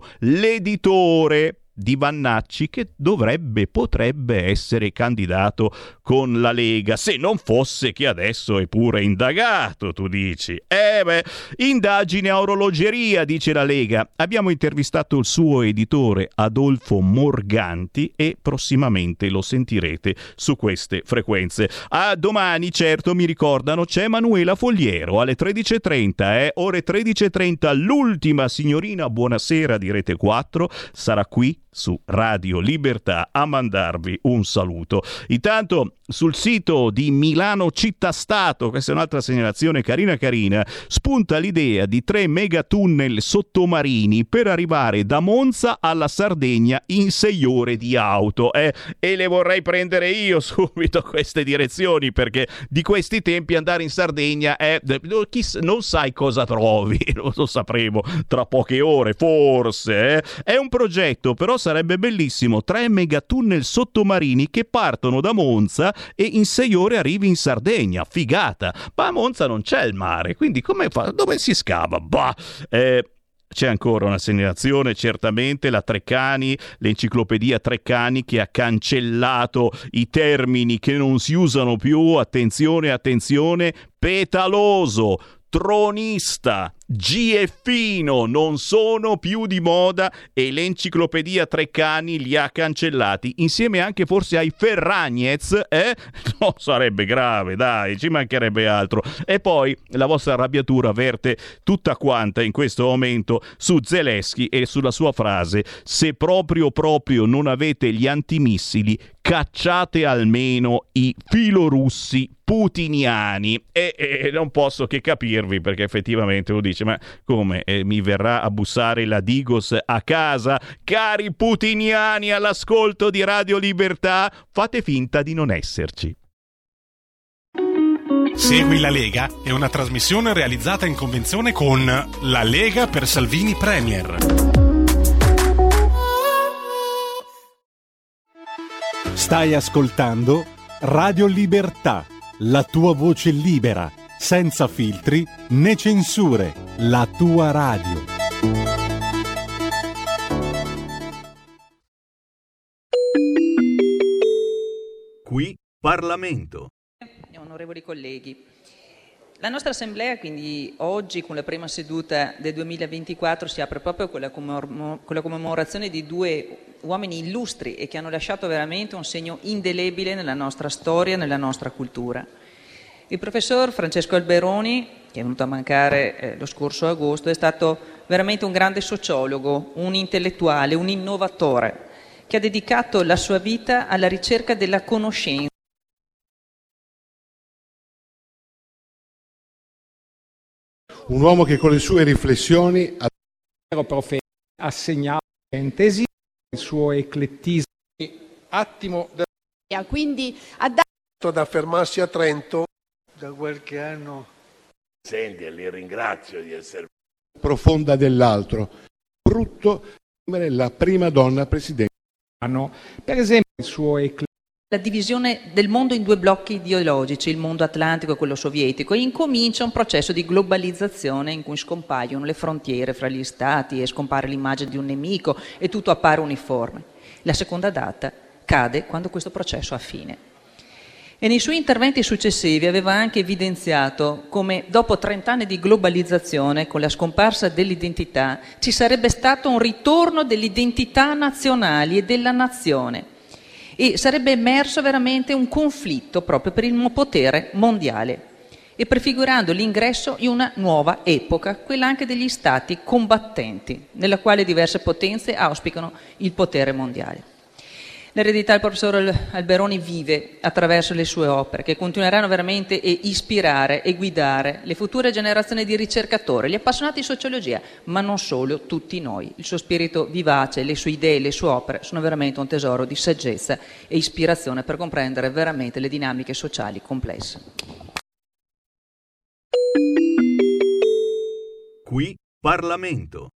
l'editore di Vannacci, che dovrebbe, potrebbe essere candidato con la Lega, se non fosse che adesso è pure indagato, tu dici. Eh beh, indagine a orologeria, dice la Lega. Abbiamo intervistato il suo editore Adolfo Morganti e prossimamente lo sentirete su queste frequenze. A domani, certo, mi ricordano, c'è Manuela Fogliero alle tredici e trenta, eh? ore tredici e trenta, l'ultima signorina Buonasera di Rete quattro sarà qui su Radio Libertà a mandarvi un saluto. Intanto sul sito di Milano Città Stato, questa è un'altra segnalazione carina carina, spunta l'idea di tre megatunnel sottomarini per arrivare da Monza alla Sardegna in sei ore di auto, eh? E le vorrei prendere io subito queste direzioni, perché di questi tempi andare in Sardegna è chiss- non sai cosa trovi, lo sapremo tra poche ore forse, eh? È un progetto, però sarebbe bellissimo, tre megatunnel sottomarini che partono da Monza e in sei ore arrivi in Sardegna, figata. Ma a Monza non c'è il mare, quindi come fa? Dove si scava? Bah! Eh, c'è ancora una segnalazione, certamente, la Treccani, l'enciclopedia Treccani, che ha cancellato i termini che non si usano più. Attenzione, attenzione, petaloso, tronista, G e Fino non sono più di moda e l'enciclopedia Treccani li ha cancellati, insieme anche forse ai Ferragnez, eh? No, sarebbe grave, dai, ci mancherebbe altro. E poi la vostra arrabbiatura verte tutta quanta in questo momento su Zelensky e sulla sua frase: se proprio proprio non avete gli antimissili, cacciate almeno i filorussi putiniani. E, e non posso che capirvi, perché effettivamente uno dice: ma come, eh, mi verrà a bussare la Digos a casa? Cari putiniani all'ascolto di Radio Libertà, fate finta di non esserci. Segui la Lega è una trasmissione realizzata in convenzione con La Lega per Salvini Premier. Stai ascoltando Radio Libertà, la tua voce libera, senza filtri né censure, la tua radio. Qui Parlamento. Onorevoli colleghi, la nostra Assemblea quindi oggi con la prima seduta del duemilaventiquattro si apre proprio con la, commemor- con la commemorazione di due uomini illustri e che hanno lasciato veramente un segno indelebile nella nostra storia, nella nostra cultura. Il professor Francesco Alberoni, che è venuto a mancare eh, lo scorso agosto, è stato veramente un grande sociologo, un intellettuale, un innovatore, che ha dedicato la sua vita alla ricerca della conoscenza. Un uomo che con le sue riflessioni ha assegnato sintesi, il suo eclettismo. attimo da... quindi ha dato ad affermarsi a Trento da qualche anno. Senti, e li ringrazio di essere profonda dell'altro. Brutto la prima donna presidente. Per esempio il suo eclettismo. La divisione del mondo in due blocchi ideologici, il mondo atlantico e quello sovietico, e incomincia un processo di globalizzazione in cui scompaiono le frontiere fra gli stati e scompare l'immagine di un nemico e tutto appare uniforme. La seconda data cade quando questo processo ha fine. E nei suoi interventi successivi aveva anche evidenziato come dopo trent'anni di globalizzazione, con la scomparsa dell'identità, ci sarebbe stato un ritorno delle identità nazionali e della nazione. E sarebbe emerso veramente un conflitto proprio per il potere mondiale e prefigurando l'ingresso in una nuova epoca, quella anche degli stati combattenti, nella quale diverse potenze auspicano il potere mondiale. L'eredità del professor Alberoni vive attraverso le sue opere, che continueranno veramente a ispirare e guidare le future generazioni di ricercatori, gli appassionati di sociologia, ma non solo, tutti noi. Il suo spirito vivace, le sue idee, le sue opere sono veramente un tesoro di saggezza e ispirazione per comprendere veramente le dinamiche sociali complesse. Qui Parlamento.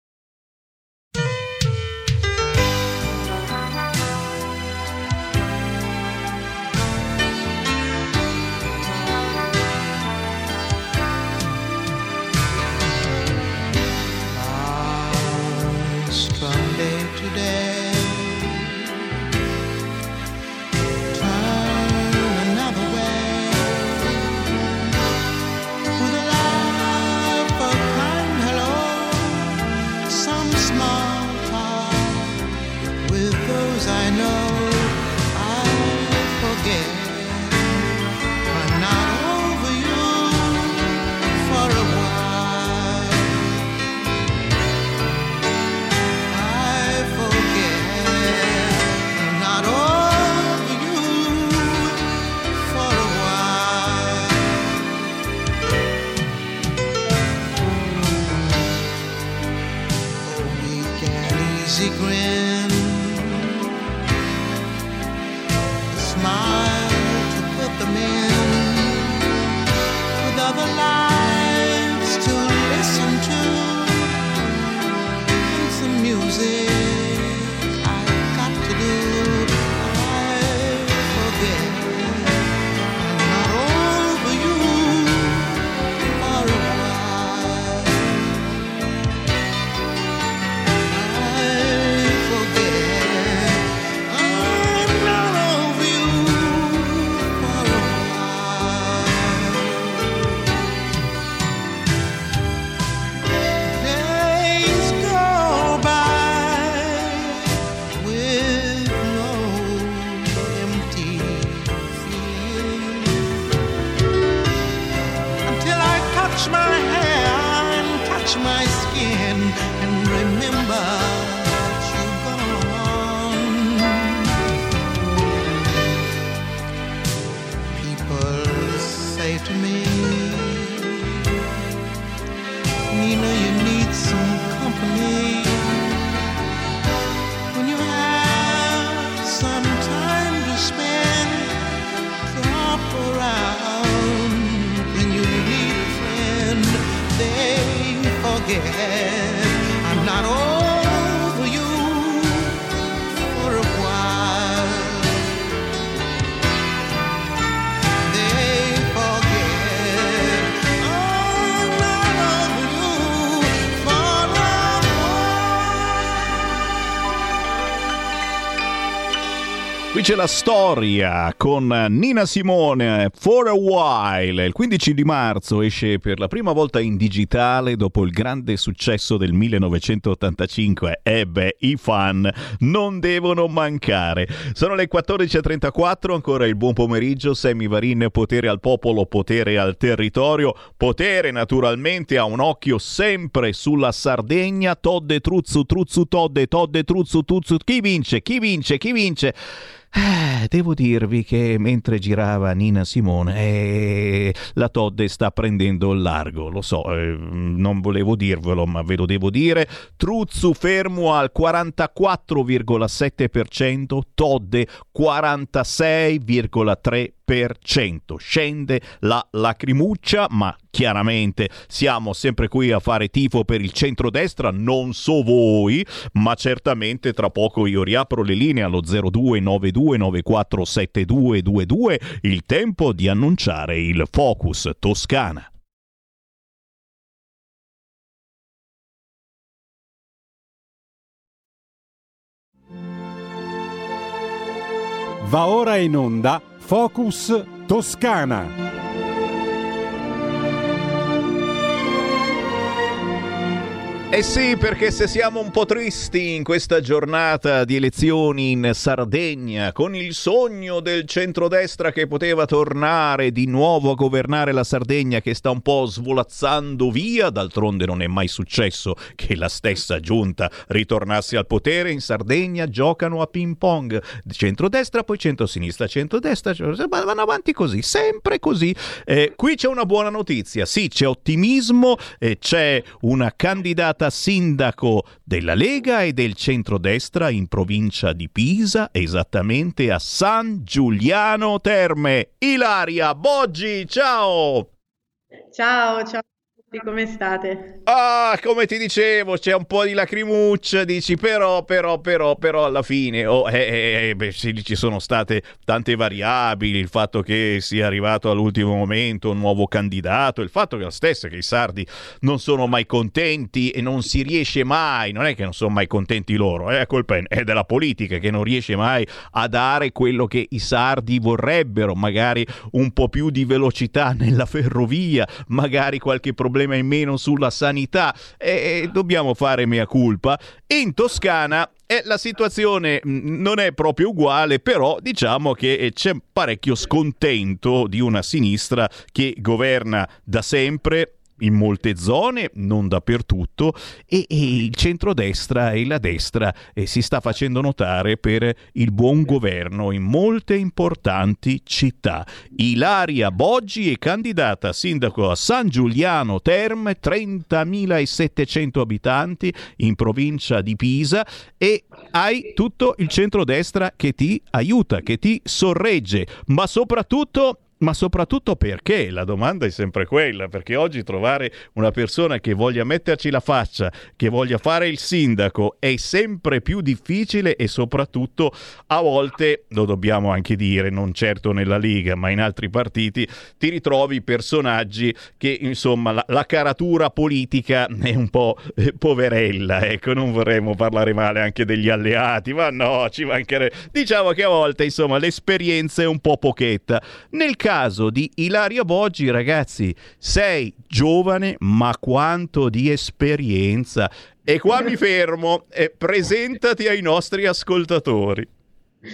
touch my hair and touch my skin and remember that you're gone. People say to me, Nina, you need some company. When you have some time to spend, drop around. When you need a friend, they forget. I'm not over you for a while. They forget. I'm not over you for a Qui c'è la storia con Nina Simone, For a While. Il quindici di marzo esce per la prima volta in digitale dopo il grande successo del millenovecentottantacinque. E beh, i fan non devono mancare. Sono le quattordici e trentaquattro, ancora il buon pomeriggio. Sammy Varin, potere al popolo, potere al territorio, potere naturalmente a un occhio sempre sulla Sardegna. Todde Truzzu, Truzzu Todde, Todde Truzzu, Truzzu. Chi vince? Chi vince? Chi vince? Eh, devo dirvi che mentre girava Nina Simone eh, la Todde sta prendendo il largo, lo so, eh, non volevo dirvelo ma ve lo devo dire. Truzzu fermo al quarantaquattro virgola sette per cento, Todde quarantasei virgola tre per cento. Scende la lacrimuccia, ma chiaramente siamo sempre qui a fare tifo per il centrodestra, non so voi, ma certamente tra poco io riapro le linee allo zero due nove due nove quattro sette due due due, il tempo di annunciare il Focus Toscana. Va ora in onda Focus Toscana. Eh sì, perché se siamo un po' tristi in questa giornata di elezioni in Sardegna, con il sogno del centrodestra che poteva tornare di nuovo a governare la Sardegna che sta un po' svolazzando via, d'altronde non è mai successo che la stessa giunta ritornasse al potere, in Sardegna giocano a ping pong, centrodestra poi centrosinistra, centrodestra, vanno avanti così, sempre così. Eh, qui c'è una buona notizia, sì, c'è ottimismo, eh, c'è una candidata sindaco della Lega e del centrodestra in provincia di Pisa, esattamente a San Giuliano Terme. Ilaria Boggi, ciao! Ciao, ciao a tutti, come state? Ah, come ti dicevo, c'è un po' di lacrimuccia, dici, però, però, però, però alla fine, oh, eh, eh, beh, sì, ci sono state tante variabili, il fatto che sia arrivato all'ultimo momento un nuovo candidato, il fatto che la stessa, che i sardi non sono mai contenti e non si riesce mai, non è che non sono mai contenti loro, è colpa è della politica che non riesce mai a dare quello che i sardi vorrebbero, magari un po' più di velocità nella ferrovia, magari qualche problema in meno sulla sanità, e dobbiamo fare mea culpa. In Toscana eh, la situazione mh, non è proprio uguale, però diciamo che eh, c'è parecchio scontento di una sinistra che governa da sempre in molte zone, non dappertutto, e, e il centrodestra e la destra eh, si sta facendo notare per il buon governo in molte importanti città. Ilaria Boggi è candidata a sindaco a San Giuliano Terme, trentamilasettecento abitanti in provincia di Pisa, e hai tutto il centrodestra che ti aiuta, che ti sorregge, ma soprattutto Ma soprattutto perché? La domanda è sempre quella, perché oggi trovare una persona che voglia metterci la faccia, che voglia fare il sindaco, è sempre più difficile, e soprattutto a volte, lo dobbiamo anche dire, non certo nella Lega, ma in altri partiti, ti ritrovi personaggi che, insomma, la, la caratura politica è un po' eh, poverella, ecco, non vorremmo parlare male anche degli alleati, ma no, ci mancherebbe. Diciamo che a volte, insomma, l'esperienza è un po' pochetta. Nel caso di Ilaria Boggi, ragazzi, sei giovane, ma quanto di esperienza. E qua mi fermo, e presentati ai nostri ascoltatori.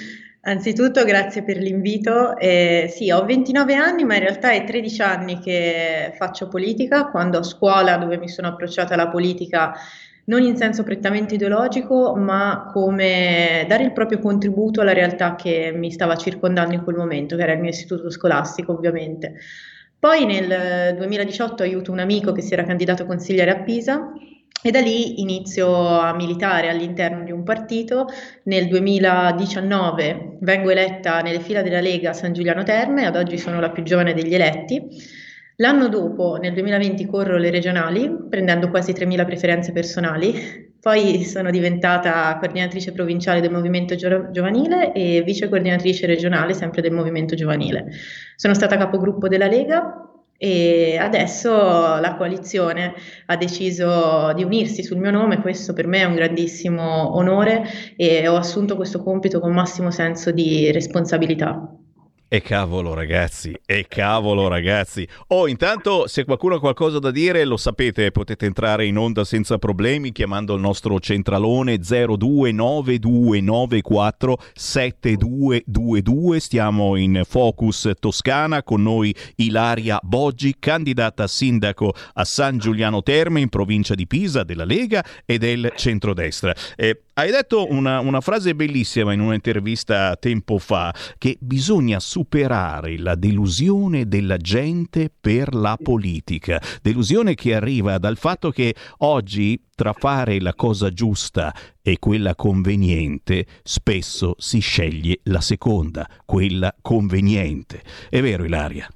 Anzitutto grazie per l'invito. Eh, sì, ho ventinove anni, ma in realtà è tredici anni che faccio politica. Quando a scuola, dove mi sono approcciata alla politica non in senso prettamente ideologico, ma come dare il proprio contributo alla realtà che mi stava circondando in quel momento, che era il mio istituto scolastico, ovviamente. Poi nel duemiladiciotto aiuto un amico che si era candidato consigliere a Pisa, e da lì inizio a militare all'interno di un partito. Nel duemiladiciannove vengo eletta nelle fila della Lega a San Giuliano Terme, ad oggi sono la più giovane degli eletti. L'anno dopo, nel duemilaventi, corro le regionali, prendendo quasi tremila preferenze personali. Poi sono diventata coordinatrice provinciale del Movimento Gio- Giovanile e vice coordinatrice regionale sempre del Movimento Giovanile. Sono stata capogruppo della Lega. E adesso la coalizione ha deciso di unirsi sul mio nome. Questo per me è un grandissimo onore e ho assunto questo compito con massimo senso di responsabilità. E cavolo ragazzi, e cavolo ragazzi. Oh, intanto se qualcuno ha qualcosa da dire, lo sapete, potete entrare in onda senza problemi chiamando il nostro centralone zero due nove due nove quattro sette due due due. Stiamo in Focus Toscana, con noi Ilaria Boggi, candidata sindaco a San Giuliano Terme in provincia di Pisa della Lega e del centrodestra. Eh, hai detto una, una frase bellissima in un'intervista tempo fa, che bisogna superare la delusione della gente per la politica, delusione che arriva dal fatto che oggi tra fare la cosa giusta e quella conveniente spesso si sceglie la seconda, quella conveniente. È vero, Ilaria?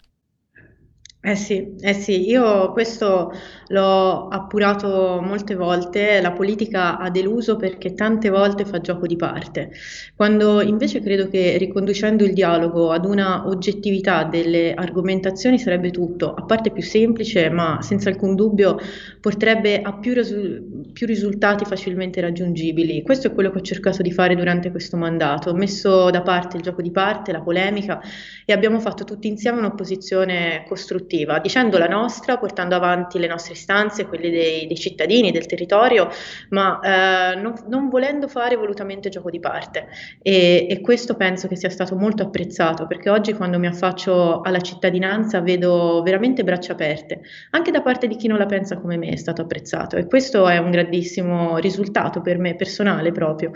Eh sì, eh sì, io questo l'ho appurato molte volte. La politica ha deluso perché tante volte fa gioco di parte, quando invece credo che riconducendo il dialogo ad una oggettività delle argomentazioni sarebbe tutto, a parte più semplice, ma senza alcun dubbio porterebbe a più, risu- più risultati facilmente raggiungibili. Questo è quello che ho cercato di fare durante questo mandato. Ho messo da parte il gioco di parte, la polemica, e abbiamo fatto tutti insieme un'opposizione costruttiva, dicendo la nostra, portando avanti le nostre istanze, quelle dei, dei cittadini, del territorio, ma eh, non, non volendo fare volutamente gioco di parte. E, e questo penso che sia stato molto apprezzato, perché oggi quando mi affaccio alla cittadinanza vedo veramente braccia aperte, anche da parte di chi non la pensa come me. È stato apprezzato, e questo è un grandissimo risultato per me personale, proprio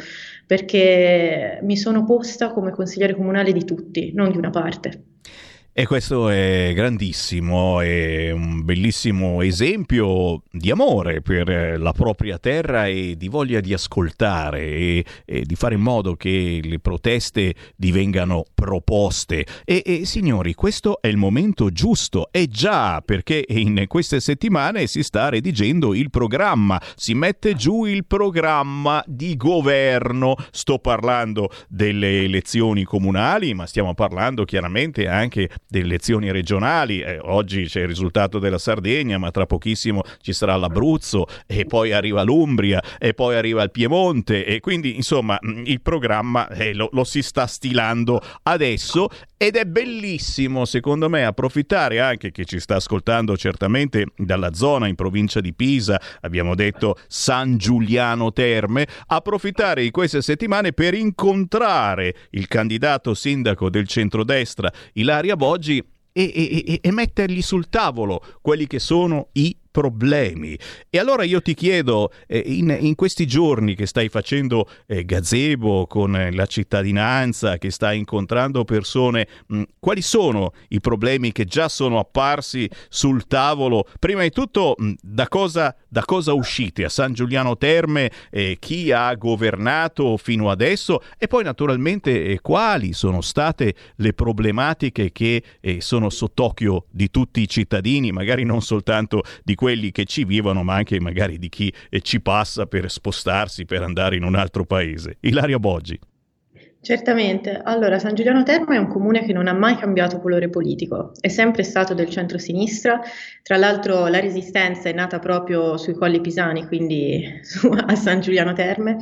perché mi sono posta come consigliere comunale di tutti, non di una parte. E questo è grandissimo, è un bellissimo esempio di amore per la propria terra e di voglia di ascoltare e, e di fare in modo che le proteste divengano proposte. E, e signori, questo è il momento giusto, è già, perché in queste settimane si sta redigendo il programma, si mette giù il programma di governo. Sto parlando delle elezioni comunali, ma stiamo parlando chiaramente anche delle elezioni regionali. Eh, oggi c'è il risultato della Sardegna, ma tra pochissimo ci sarà l'Abruzzo, e poi arriva l'Umbria, e poi arriva il Piemonte, e quindi insomma il programma eh, lo, lo si sta stilando adesso. Ed è bellissimo, secondo me, approfittare anche che ci sta ascoltando certamente dalla zona in provincia di Pisa, abbiamo detto San Giuliano Terme, approfittare di queste settimane per incontrare il candidato sindaco del centrodestra, Ilaria Boggi, e, e, e mettergli sul tavolo quelli che sono i problemi. E allora io ti chiedo, eh, in, in questi giorni che stai facendo eh, gazebo con eh, la cittadinanza, che stai incontrando persone, mh, quali sono i problemi che già sono apparsi sul tavolo? Prima di tutto, mh, da cosa, da cosa uscite a San Giuliano Terme, eh, chi ha governato fino adesso, e poi naturalmente eh, quali sono state le problematiche che eh, sono sott'occhio di tutti i cittadini, magari non soltanto di quelli che ci vivono, ma anche magari di chi eh, ci passa per spostarsi, per andare in un altro paese. Ilaria Boggi. Certamente. Allora, San Giuliano Terme è un comune che non ha mai cambiato colore politico, è sempre stato del centro-sinistra. Tra l'altro la resistenza è nata proprio sui Colli Pisani, quindi su, a San Giuliano Terme.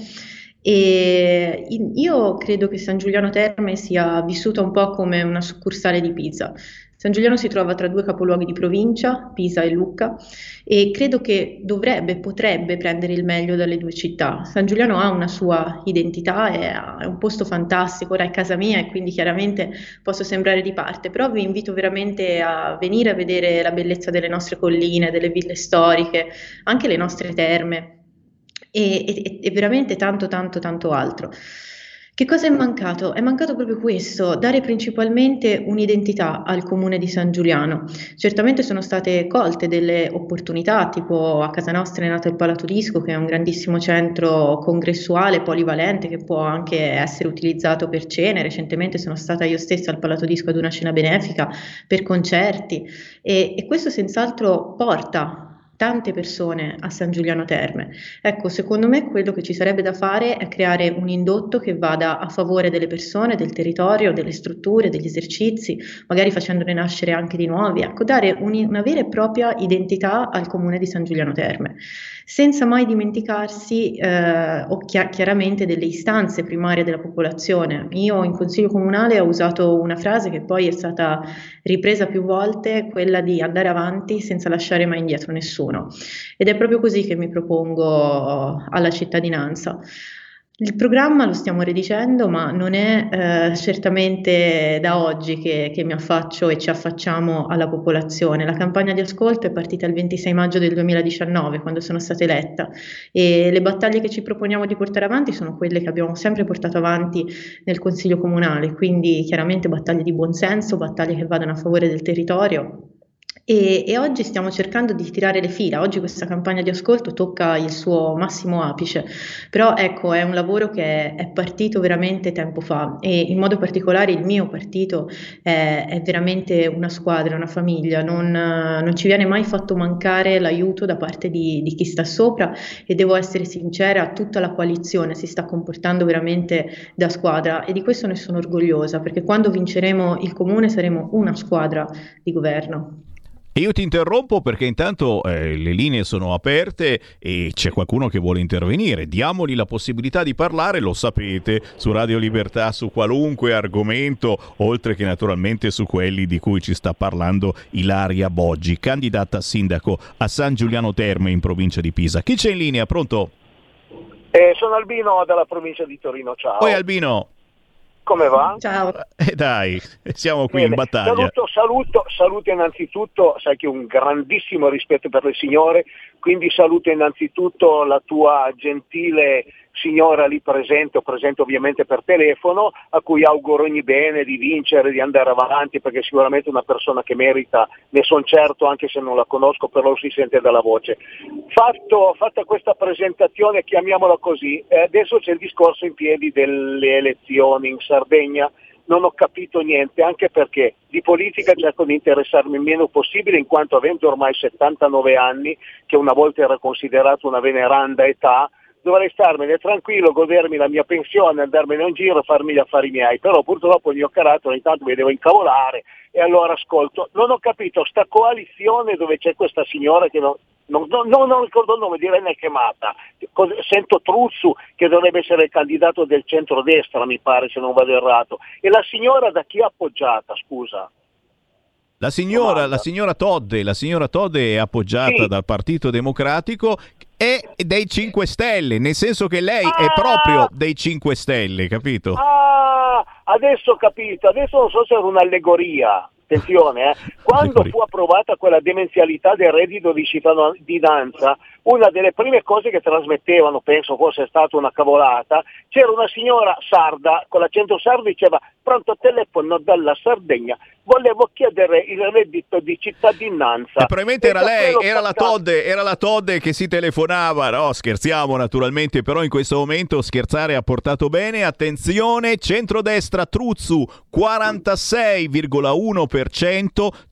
E io credo che San Giuliano Terme sia vissuta un po' come una succursale di Pisa. San Giuliano si trova tra due capoluoghi di provincia, Pisa e Lucca, e credo che dovrebbe, potrebbe prendere il meglio dalle due città. San Giuliano ha una sua identità, è, è un posto fantastico, ora è casa mia e quindi chiaramente posso sembrare di parte, però vi invito veramente a venire a vedere la bellezza delle nostre colline, delle ville storiche, anche le nostre terme e, e, e veramente tanto tanto tanto altro. Che cosa è mancato? È mancato proprio questo, dare principalmente un'identità al comune di San Giuliano. Certamente sono state colte delle opportunità, tipo a casa nostra è nato il Palaturisco, che è un grandissimo centro congressuale, polivalente, che può anche essere utilizzato per cene. Recentemente sono stata io stessa al Palaturisco ad una cena benefica per concerti e, e questo senz'altro porta tante persone a San Giuliano Terme. Ecco, secondo me quello che ci sarebbe da fare è creare un indotto che vada a favore delle persone, del territorio, delle strutture, degli esercizi, magari facendone nascere anche di nuovi, ecco, dare un, una vera e propria identità al comune di San Giuliano Terme, senza mai dimenticarsi eh, o chi- chiaramente delle istanze primarie della popolazione. Io in Consiglio Comunale ho usato una frase che poi è stata ripresa più volte, quella di andare avanti senza lasciare mai indietro nessuno. Ed è proprio così che mi propongo alla cittadinanza. Il programma lo stiamo redigendo, ma non è eh, certamente da oggi che, che mi affaccio e ci affacciamo alla popolazione. La campagna di ascolto è partita il ventisei maggio del duemiladiciannove, quando sono stata eletta, e le battaglie che ci proponiamo di portare avanti sono quelle che abbiamo sempre portato avanti nel Consiglio Comunale, quindi chiaramente battaglie di buonsenso, battaglie che vadano a favore del territorio. E, e oggi stiamo cercando di tirare le fila. Oggi questa campagna di ascolto tocca il suo massimo apice, però ecco, è un lavoro che è partito veramente tempo fa e in modo particolare il mio partito è, è veramente una squadra, una famiglia, non, non ci viene mai fatto mancare l'aiuto da parte di, di chi sta sopra e devo essere sincera, tutta la coalizione si sta comportando veramente da squadra e di questo ne sono orgogliosa, perché quando vinceremo il comune saremo una squadra di governo. E io ti interrompo perché intanto eh, le linee sono aperte e c'è qualcuno che vuole intervenire. Diamogli la possibilità di parlare, lo sapete, su Radio Libertà, su qualunque argomento, oltre che naturalmente su quelli di cui ci sta parlando Ilaria Boggi, candidata a sindaco a San Giuliano Terme in provincia di Pisa. Chi c'è in linea? Pronto? Eh, sono Albino dalla provincia di Torino, ciao. Poi Albino. Come va? Ciao. Eh dai, siamo qui Bene. in battaglia. Saluto, saluto, saluto innanzitutto, sai che ho un grandissimo rispetto per le signore, quindi saluto innanzitutto la tua gentile signora lì presente, o presente ovviamente per telefono, a cui auguro ogni bene di vincere, di andare avanti, perché è sicuramente una persona che merita, ne sono certo, anche se non la conosco, però si sente dalla voce. Fatto, fatta questa presentazione, chiamiamola così, eh, adesso c'è il discorso in piedi delle elezioni in Sardegna. Non ho capito niente, anche perché di politica cerco di interessarmi il meno possibile, in quanto avendo ormai settantanove anni, che una volta era considerato una veneranda età, dovrei starmene tranquillo, godermi la mia pensione, andarmene in giro, farmi gli affari miei, però purtroppo il mio carattere ogni tanto mi devo incavolare e allora ascolto. Non ho capito, sta coalizione dove c'è questa signora che non, non, non, non ricordo il nome, direi neanche Mata, sento Truzzu che dovrebbe essere il candidato del centrodestra, mi pare, se non vado errato, e la signora da chi è appoggiata, scusa? La signora, la signora Todde, la signora Todde è appoggiata sì. dal Partito Democratico e dei cinque Stelle, nel senso che lei ah, è proprio dei cinque Stelle, capito? Ah, adesso ho capito, adesso non so se era un'allegoria, attenzione, eh. Quando fu approvata quella demenzialità del reddito di cittadinanza, una delle prime cose che trasmettevano, penso fosse stata una cavolata, c'era una signora sarda con l'accento sardo diceva: pronto telefono dalla Sardegna, volevo chiedere il reddito di cittadinanza. E probabilmente era lei, era la, Todde, era la Todde che si telefonava, no? Scherziamo naturalmente, però in questo momento scherzare ha portato bene. Attenzione, centrodestra Truzzu quarantasei virgola uno per cento,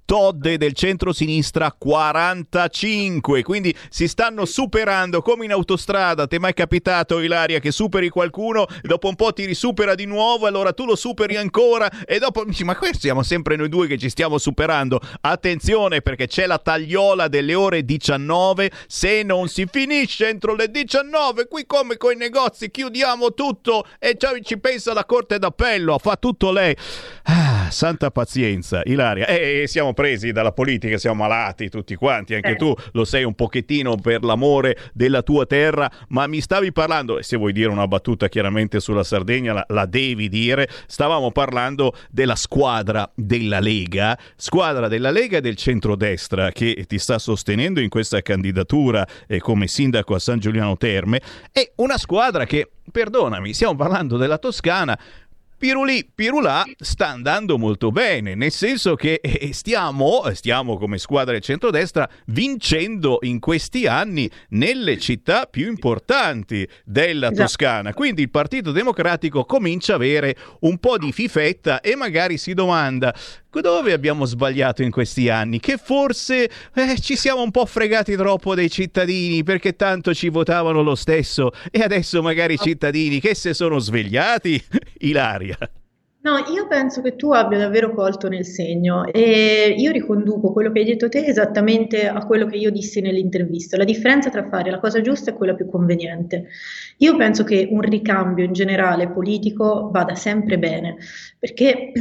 Todde del centro-sinistra quarantacinque, quindi si stanno superando come in autostrada. Ti è mai capitato, Ilaria, che superi qualcuno, dopo un po' ti risupera di nuovo, allora tu lo superi ancora e dopo dici ma qui siamo sempre noi due che ci stiamo superando? Attenzione, perché c'è la tagliola delle ore diciannove, se non si finisce entro le diciannove qui come coi negozi chiudiamo tutto e ci pensa la Corte d'Appello, fa tutto lei. Ah, santa pazienza, Ilaria. E eh, siamo presi dalla politica, siamo malati tutti quanti, anche eh. tu lo sei un pochettino per l'amore della tua terra, ma mi stavi parlando, e se vuoi dire una battuta chiaramente sulla Sardegna la, la devi dire, stavamo parlando della squadra della Lega, squadra della Lega e del centrodestra che ti sta sostenendo in questa candidatura eh, come sindaco a San Giuliano Terme, e una squadra che, perdonami, stiamo parlando della Toscana, Pirulì, Pirulà sta andando molto bene, nel senso che stiamo, stiamo come squadra del centrodestra vincendo in questi anni nelle città più importanti della Toscana. Quindi il Partito Democratico comincia a avere un po' di fifetta e magari si domanda dove abbiamo sbagliato in questi anni, che forse eh, ci siamo un po' fregati troppo dei cittadini perché tanto ci votavano lo stesso e adesso magari i cittadini che se sono svegliati, Ilaria. No, io penso che tu abbia davvero colto nel segno e io riconduco quello che hai detto te esattamente a quello che io dissi nell'intervista. La differenza tra fare la cosa giusta e quella più conveniente. Io penso che un ricambio in generale politico vada sempre bene, perché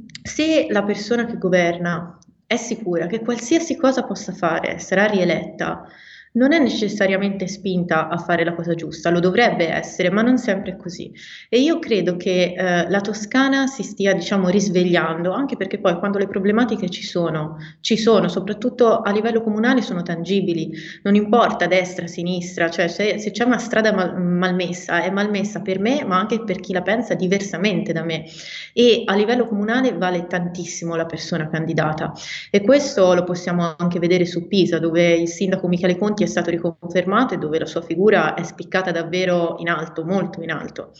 se la persona che governa è sicura che qualsiasi cosa possa fare sarà rieletta, non è necessariamente spinta a fare la cosa giusta, lo dovrebbe essere, ma non sempre è così. E io credo che eh, la Toscana si stia, diciamo, risvegliando, anche perché poi quando le problematiche ci sono, ci sono, soprattutto a livello comunale sono tangibili, non importa destra, sinistra, cioè se, se c'è una strada mal, malmessa, è malmessa per me, ma anche per chi la pensa diversamente da me. E a livello comunale vale tantissimo la persona candidata. E questo lo possiamo anche vedere su Pisa, dove il sindaco Michele Conti è stato riconfermato e dove la sua figura è spiccata davvero in alto, molto in alto.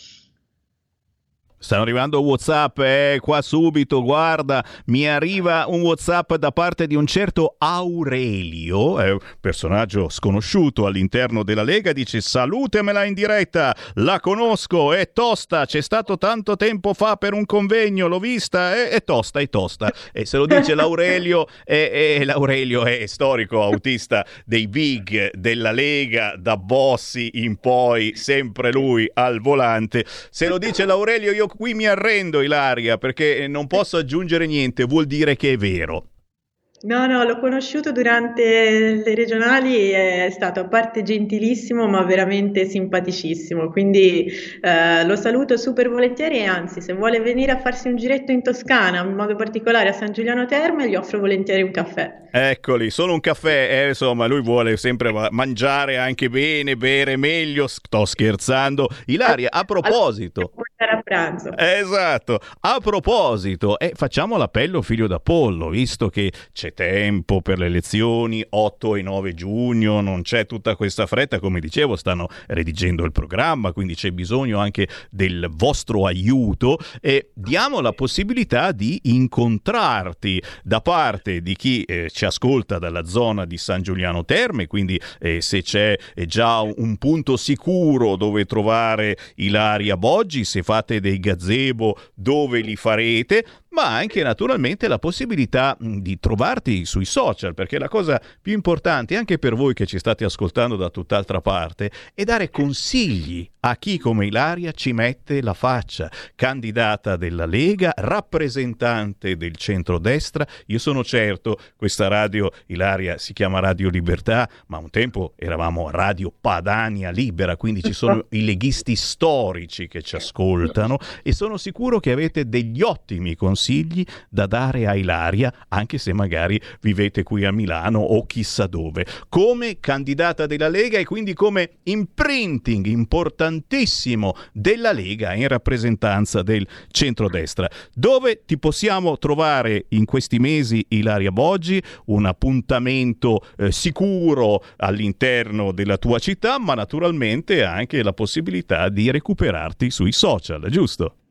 Stanno arrivando WhatsApp, eh, qua subito, guarda, mi arriva un WhatsApp da parte di un certo Aurelio, è un personaggio sconosciuto all'interno della Lega, dice salutemela in diretta, la conosco, è tosta, c'è stato tanto tempo fa per un convegno, l'ho vista, è, è tosta, è tosta, e se lo dice l'Aurelio, è, è, l'Aurelio è storico autista dei big della Lega, da Bossi in poi, sempre lui al volante, se lo dice l'Aurelio io qui mi arrendo, Ilaria, perché non posso aggiungere niente, vuol dire che è vero. No, no, l'ho conosciuto durante le regionali, è stato a parte gentilissimo ma veramente simpaticissimo, quindi eh, lo saluto super volentieri e anzi se vuole venire a farsi un giretto in Toscana, in modo particolare a San Giuliano Terme, gli offro volentieri un caffè. Eccoli, solo un caffè, eh, insomma lui vuole sempre mangiare anche bene, bere meglio, sto scherzando. Ilaria, a proposito... A pranzo. Esatto, a proposito, eh, facciamo l'appello figlio d'Apollo, visto che c'è tempo per le elezioni, otto e nove giugno, non c'è tutta questa fretta, come dicevo, stanno redigendo il programma, quindi c'è bisogno anche del vostro aiuto e diamo la possibilità di incontrarti da parte di chi eh, ci ascolta dalla zona di San Giuliano Terme, quindi eh, se c'è eh, già un punto sicuro dove trovare Ilaria Boggi, se fate dei gazebo dove li farete, ma anche naturalmente la possibilità di trovarti sui social, perché la cosa più importante anche per voi che ci state ascoltando da tutt'altra parte è dare consigli a chi come Ilaria ci mette la faccia, candidata della Lega, rappresentante del centrodestra. Io sono certo, questa radio, Ilaria, si chiama Radio Libertà, ma un tempo eravamo Radio Padania Libera, quindi ci sono i leghisti storici che ci ascoltano e sono sicuro che avete degli ottimi consigli da dare a Ilaria, anche se magari vivete qui a Milano o chissà dove, come candidata della Lega e quindi come imprinting importantissimo della Lega in rappresentanza del centrodestra. Dove ti possiamo trovare in questi mesi, Ilaria Boggi? Un appuntamento eh, sicuro all'interno della tua città, ma naturalmente anche la possibilità di recuperarti sui social, giusto?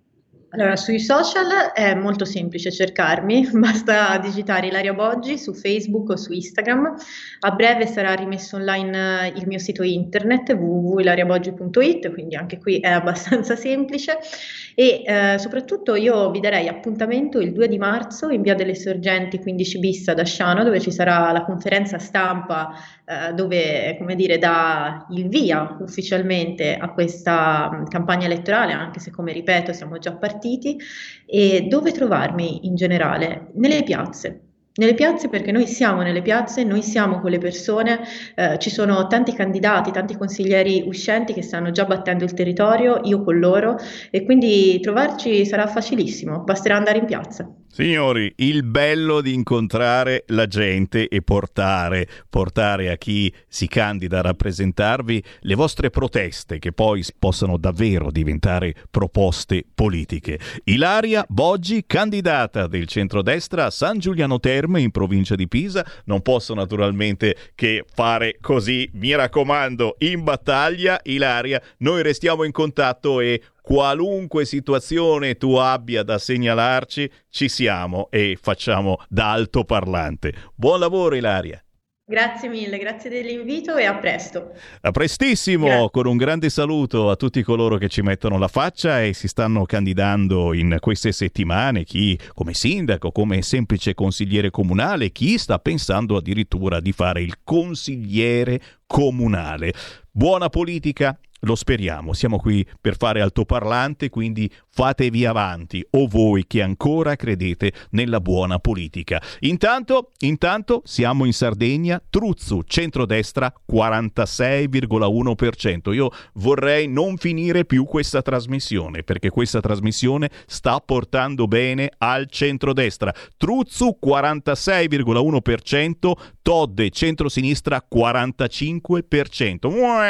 Allora, sui social è molto semplice cercarmi, basta digitare Ilaria Boggi su Facebook o su Instagram. A breve sarà rimesso online eh, il mio sito internet w w w punto ilaria boggi punto i t, quindi anche qui è abbastanza semplice. E eh, soprattutto io vi darei appuntamento il due di marzo in via delle Sorgenti quindici bis ad Asciano, dove ci sarà la conferenza stampa eh, dove, come dire, dà il via ufficialmente a questa mh, campagna elettorale, anche se, come ripeto, siamo già partiti. E dove trovarmi in generale? Nelle piazze. Nelle piazze, perché noi siamo nelle piazze, noi siamo quelle persone, eh, ci sono tanti candidati, tanti consiglieri uscenti che stanno già battendo il territorio, io con loro, e quindi trovarci sarà facilissimo, basterà andare in piazza. Signori, il bello di incontrare la gente e portare, portare a chi si candida a rappresentarvi le vostre proteste, che poi possano davvero diventare proposte politiche. Ilaria Boggi, candidata del centrodestra a San Giuliano Terme in provincia di Pisa. Non posso naturalmente che fare così, mi raccomando, in battaglia. Ilaria, noi restiamo in contatto e qualunque situazione tu abbia da segnalarci, ci siamo e facciamo da altoparlante. Buon lavoro, Ilaria. Grazie mille, grazie dell'invito e a presto. A prestissimo, grazie. Con un grande saluto a tutti coloro che ci mettono la faccia e si stanno candidando in queste settimane, chi come sindaco, come semplice consigliere comunale, chi sta pensando addirittura di fare il consigliere comunale. Buona politica. Lo speriamo, siamo qui per fare altoparlante, quindi fatevi avanti, o voi che ancora credete nella buona politica. Intanto, intanto siamo in Sardegna, Truzzu, centrodestra, quarantasei virgola uno per cento. Io vorrei non finire più questa trasmissione, perché questa trasmissione sta portando bene al centrodestra. Truzzu, quarantasei virgola uno per cento, Todde, centrosinistra, quarantacinque per cento.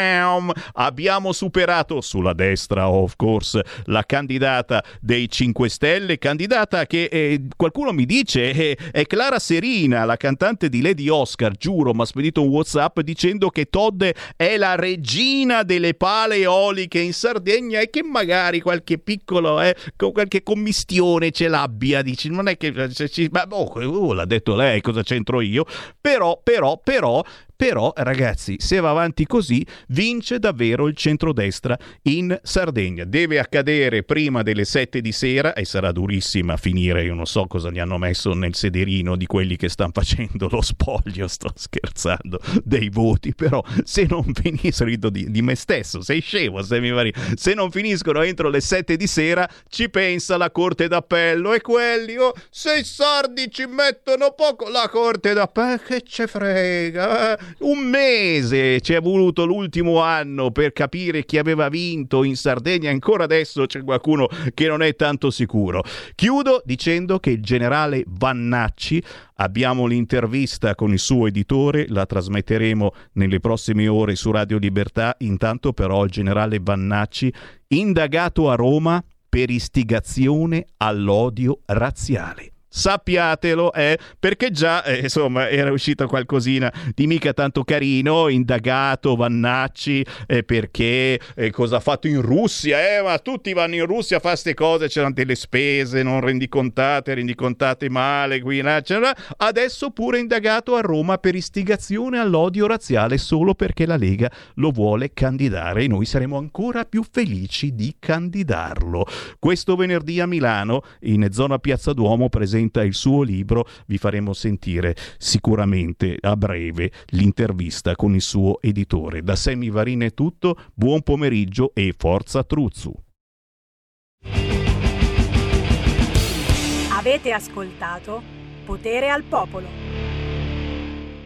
Abbiamo superato sulla destra, of course, la candidata dei cinque Stelle, candidata che eh, qualcuno mi dice eh, è Clara Serina, la cantante di Lady Oscar. Giuro, mi ha spedito un WhatsApp dicendo che Todde è la regina delle pale eoliche in Sardegna e che magari qualche piccolo eh, qualche commistione ce l'abbia. Dici, non è che ci, ma oh, oh, l'ha detto lei, cosa c'entro io? Però, però, però Però, ragazzi, se va avanti così, vince davvero il centrodestra in Sardegna. Deve accadere prima delle sette di sera e sarà durissima finire. Io non so cosa gli hanno messo nel sederino di quelli che stanno facendo lo spoglio, sto scherzando, dei voti. Però se non finiscono, rido di, di me stesso, sei scemo, se mi va ri- se non finiscono entro le sette di sera, ci pensa la Corte d'Appello. E quelli, oh, se i sardi ci mettono poco, la Corte d'Appello, che ce frega, eh? Un mese ci è voluto l'ultimo anno per capire chi aveva vinto in Sardegna. Ancora adesso c'è qualcuno che non è tanto sicuro. Chiudo dicendo che il generale Vannacci, abbiamo l'intervista con il suo editore, la trasmetteremo nelle prossime ore su Radio Libertà. Intanto però il generale Vannacci, indagato a Roma per istigazione all'odio razziale. Sappiatelo, eh, perché già eh, insomma era uscito qualcosina di mica tanto carino. Indagato Vannacci eh, perché eh, cosa ha fatto in Russia, eh, ma tutti vanno in Russia a fare queste cose, c'erano delle spese non rendicontate, rendicontate male qui, là, adesso pure indagato a Roma per istigazione all'odio razziale solo perché la Lega lo vuole candidare e noi saremo ancora più felici di candidarlo. Questo venerdì a Milano, in zona Piazza Duomo, presenta il suo libro. Vi faremo sentire sicuramente a breve l'intervista con il suo editore. Da Sammy Varin è tutto, buon pomeriggio e forza Truzzu. Avete ascoltato Potere al Popolo.